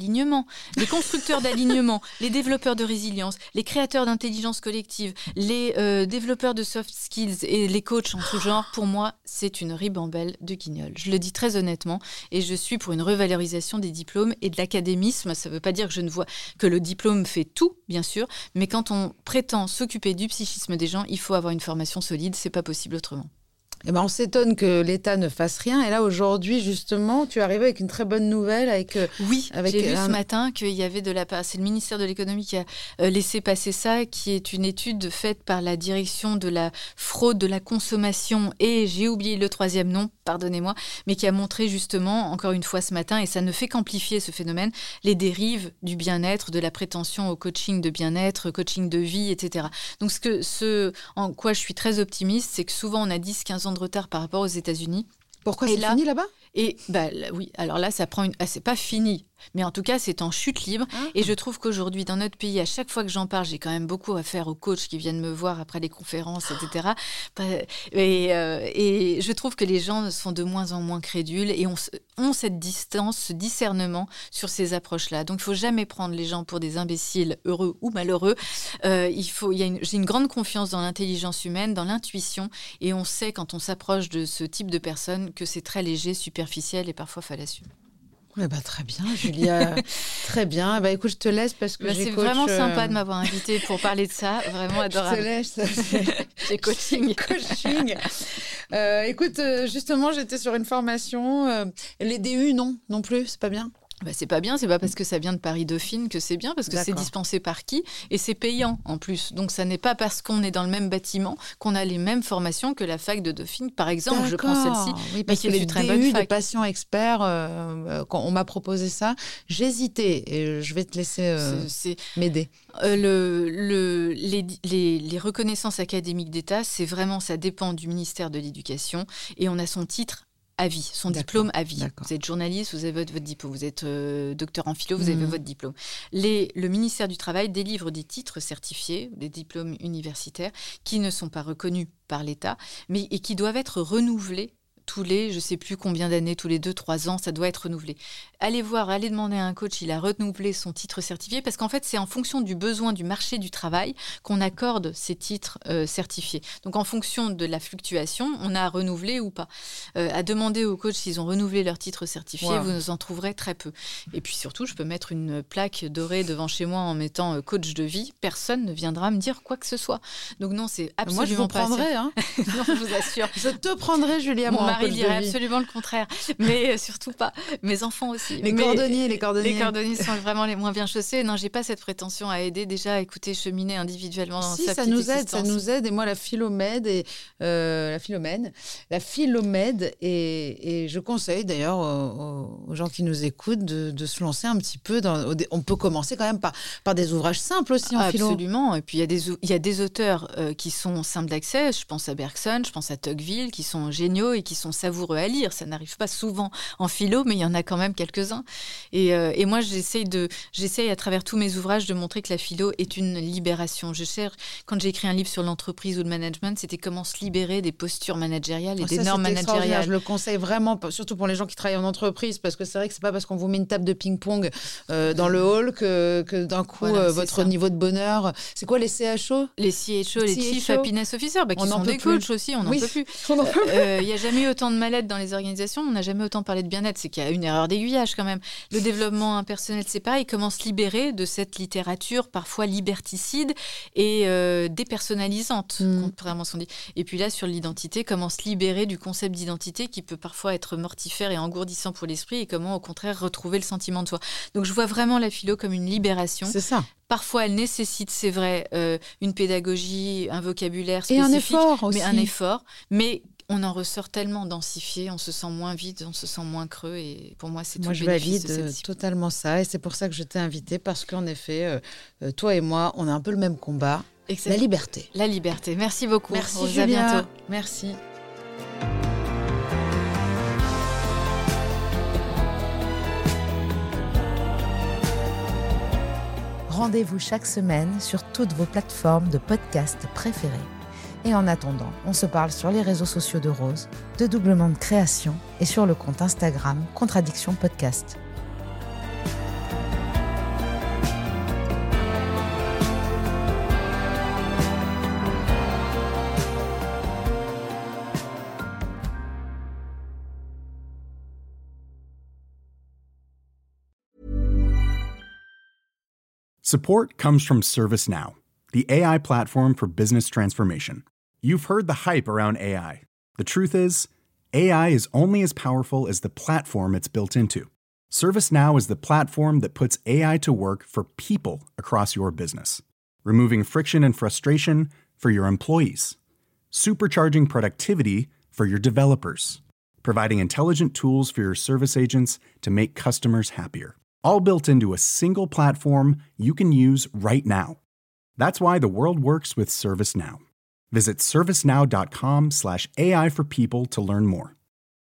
d'alignement, les constructeurs d'alignement, les développeurs de résilience, les créateurs d'intelligence collective, les développeurs de soft skills et les coachs en tout genre, pour moi, c'est une ribambelle de guignols. Je le dis très honnêtement et je suis pour une revalorisation des diplômes et de l'académisme. Ça ne veut pas dire que je ne vois que le diplôme fait tout, bien sûr, mais quand on prétend s'occuper du psychisme des gens, il faut avoir une formation solide, c'est pas possible autrement. Eh ben, on s'étonne que l'État ne fasse rien. Et là, aujourd'hui, justement, tu es arrivé avec une très bonne nouvelle. Oui, j'ai vu ce matin qu'il y avait de la part... C'est le ministère de l'économie qui a laissé passer ça, qui est une étude faite par la direction de la fraude de la consommation. Et j'ai oublié le 3e nom, pardonnez-moi, mais qui a montré justement, encore une fois ce matin, et ça ne fait qu'amplifier ce phénomène, les dérives du bien-être, de la prétention au coaching de bien-être, coaching de vie, etc. Donc, en quoi je suis très optimiste, c'est que souvent, on a 10-15 ans de retard par rapport aux États-Unis. Pourquoi c'est fini là-bas ? Et oui, alors là, ça prend c'est pas fini. Mais en tout cas, c'est en chute libre. Et je trouve qu'aujourd'hui, dans notre pays, à chaque fois que j'en parle, j'ai quand même beaucoup à faire aux coachs qui viennent me voir après les conférences, etc. Et je trouve que les gens sont de moins en moins crédules et ont cette distance, ce discernement sur ces approches-là. Donc, il ne faut jamais prendre les gens pour des imbéciles, heureux ou malheureux. J'ai une grande confiance dans l'intelligence humaine, dans l'intuition. Et on sait, quand on s'approche de ce type de personnes, que c'est très léger, superficiel et parfois fallacieux. Ouais, très bien, Julia. Très bien. Écoute, je te laisse parce que c'est vraiment sympa de m'avoir invitée pour parler de ça. Vraiment adorable. Je te laisse. J'ai coaching. Écoute, justement, j'étais sur une formation. Les DU, non plus, c'est pas bien. C'est pas bien, c'est pas parce que ça vient de Paris-Dauphine que c'est bien, parce que c'est dispensé par qui et c'est payant en plus. Donc ça n'est pas parce qu'on est dans le même bâtiment qu'on a les mêmes formations que la fac de Dauphine, par exemple. Je prends celle-ci, oui, parce que les DU de patients experts, quand on m'a proposé ça, j'hésitais et je vais te laisser m'aider. Les reconnaissances académiques d'État, c'est vraiment, ça dépend du ministère de l'Éducation et on a son titre à vie, son diplôme à vie. Vous êtes journaliste, vous avez votre diplôme. Vous êtes docteur en philo, vous avez votre diplôme. Le ministère du Travail délivre des titres certifiés, des diplômes universitaires, qui ne sont pas reconnus par l'État, et qui doivent être renouvelés tous les, je ne sais plus combien d'années, tous les 2-3 ans, ça doit être renouvelé. Allez demander à un coach, il a renouvelé son titre certifié, parce qu'en fait, c'est en fonction du besoin du marché du travail qu'on accorde ces titres certifiés. Donc, en fonction de la fluctuation, on a à renouveler ou pas. À demander aux coachs s'ils ont renouvelé leur titre certifié, vous en trouverez très peu. Et puis surtout, je peux mettre une plaque dorée devant chez moi en mettant coach de vie. Personne ne viendra me dire quoi que ce soit. Donc non, c'est absolument pas... Moi, je vous prendrai. Non, je vous assure. Je te prendrai, Julia. Mon mari dirait absolument le contraire, mais surtout pas. Mes enfants aussi. Les cordonniers. Les cordonniers sont vraiment les moins bien chaussés. Non, j'ai pas cette prétention à aider. Déjà, écoutez, cheminer individuellement dans sa petite existence. Ça nous aide. Et moi, la philomède et je conseille d'ailleurs aux gens qui nous écoutent de se lancer un petit peu. On peut commencer quand même par des ouvrages simples aussi en philo. Absolument. Et puis il y a des auteurs qui sont simples d'accès. Je pense à Bergson, je pense à Tocqueville, qui sont géniaux et qui sont savoureux à lire. Ça n'arrive pas souvent en philo, mais il y en a quand même quelques-uns. Et moi, j'essaye à travers tous mes ouvrages de montrer que la philo est une libération. Quand j'ai écrit un livre sur l'entreprise ou le management, c'était comment se libérer des postures managériales et des normes managériales. Je le conseille vraiment, surtout pour les gens qui travaillent en entreprise, parce que c'est vrai que c'est pas parce qu'on vous met une table de ping-pong dans le hall que d'un coup votre niveau de bonheur. C'est quoi les CHO ? Les CHO, les Chief Happiness Officers, qui sont des coachs aussi, on n'en peut plus. Il n'y a jamais eu autant de mal-être dans les organisations, on n'a jamais autant parlé de bien-être. C'est qu'il y a une erreur d'aiguillage quand même. Le développement impersonnel, c'est pareil, comment se libérer de cette littérature parfois liberticide et dépersonnalisante, contrairement à ce qu'on dit. Et puis là, sur l'identité, comment se libérer du concept d'identité qui peut parfois être mortifère et engourdissant pour l'esprit, et comment au contraire retrouver le sentiment de soi. Donc je vois vraiment la philo comme une libération. C'est ça. Parfois, elle nécessite, c'est vrai, une pédagogie, un vocabulaire spécifique. Et un effort aussi. Mais un effort. Mais on en ressort tellement densifié, on se sent moins vide, on se sent moins creux. Et pour moi, c'est tout le bénéfice de cette discipline. Totalement ça. Et c'est pour ça que je t'ai invitée, parce qu'en effet, toi et moi, on a un peu le même combat. Exactement. La liberté. La liberté. Merci beaucoup. Merci, Julia. À bientôt. Merci. Rendez-vous chaque semaine sur toutes vos plateformes de podcast préférées. Et en attendant, on se parle sur les réseaux sociaux de Rose, de Doublement de Création et sur le compte Instagram Contradiction Podcast. Support comes from ServiceNow, the AI platform for business transformation. You've heard the hype around AI. The truth is, AI is only as powerful as the platform it's built into. ServiceNow is the platform that puts AI to work for people across your business, removing friction and frustration for your employees, supercharging productivity for your developers, providing intelligent tools for your service agents to make customers happier, all built into a single platform you can use right now. That's why the world works with ServiceNow. Visit servicenow.com/AI for people to learn more.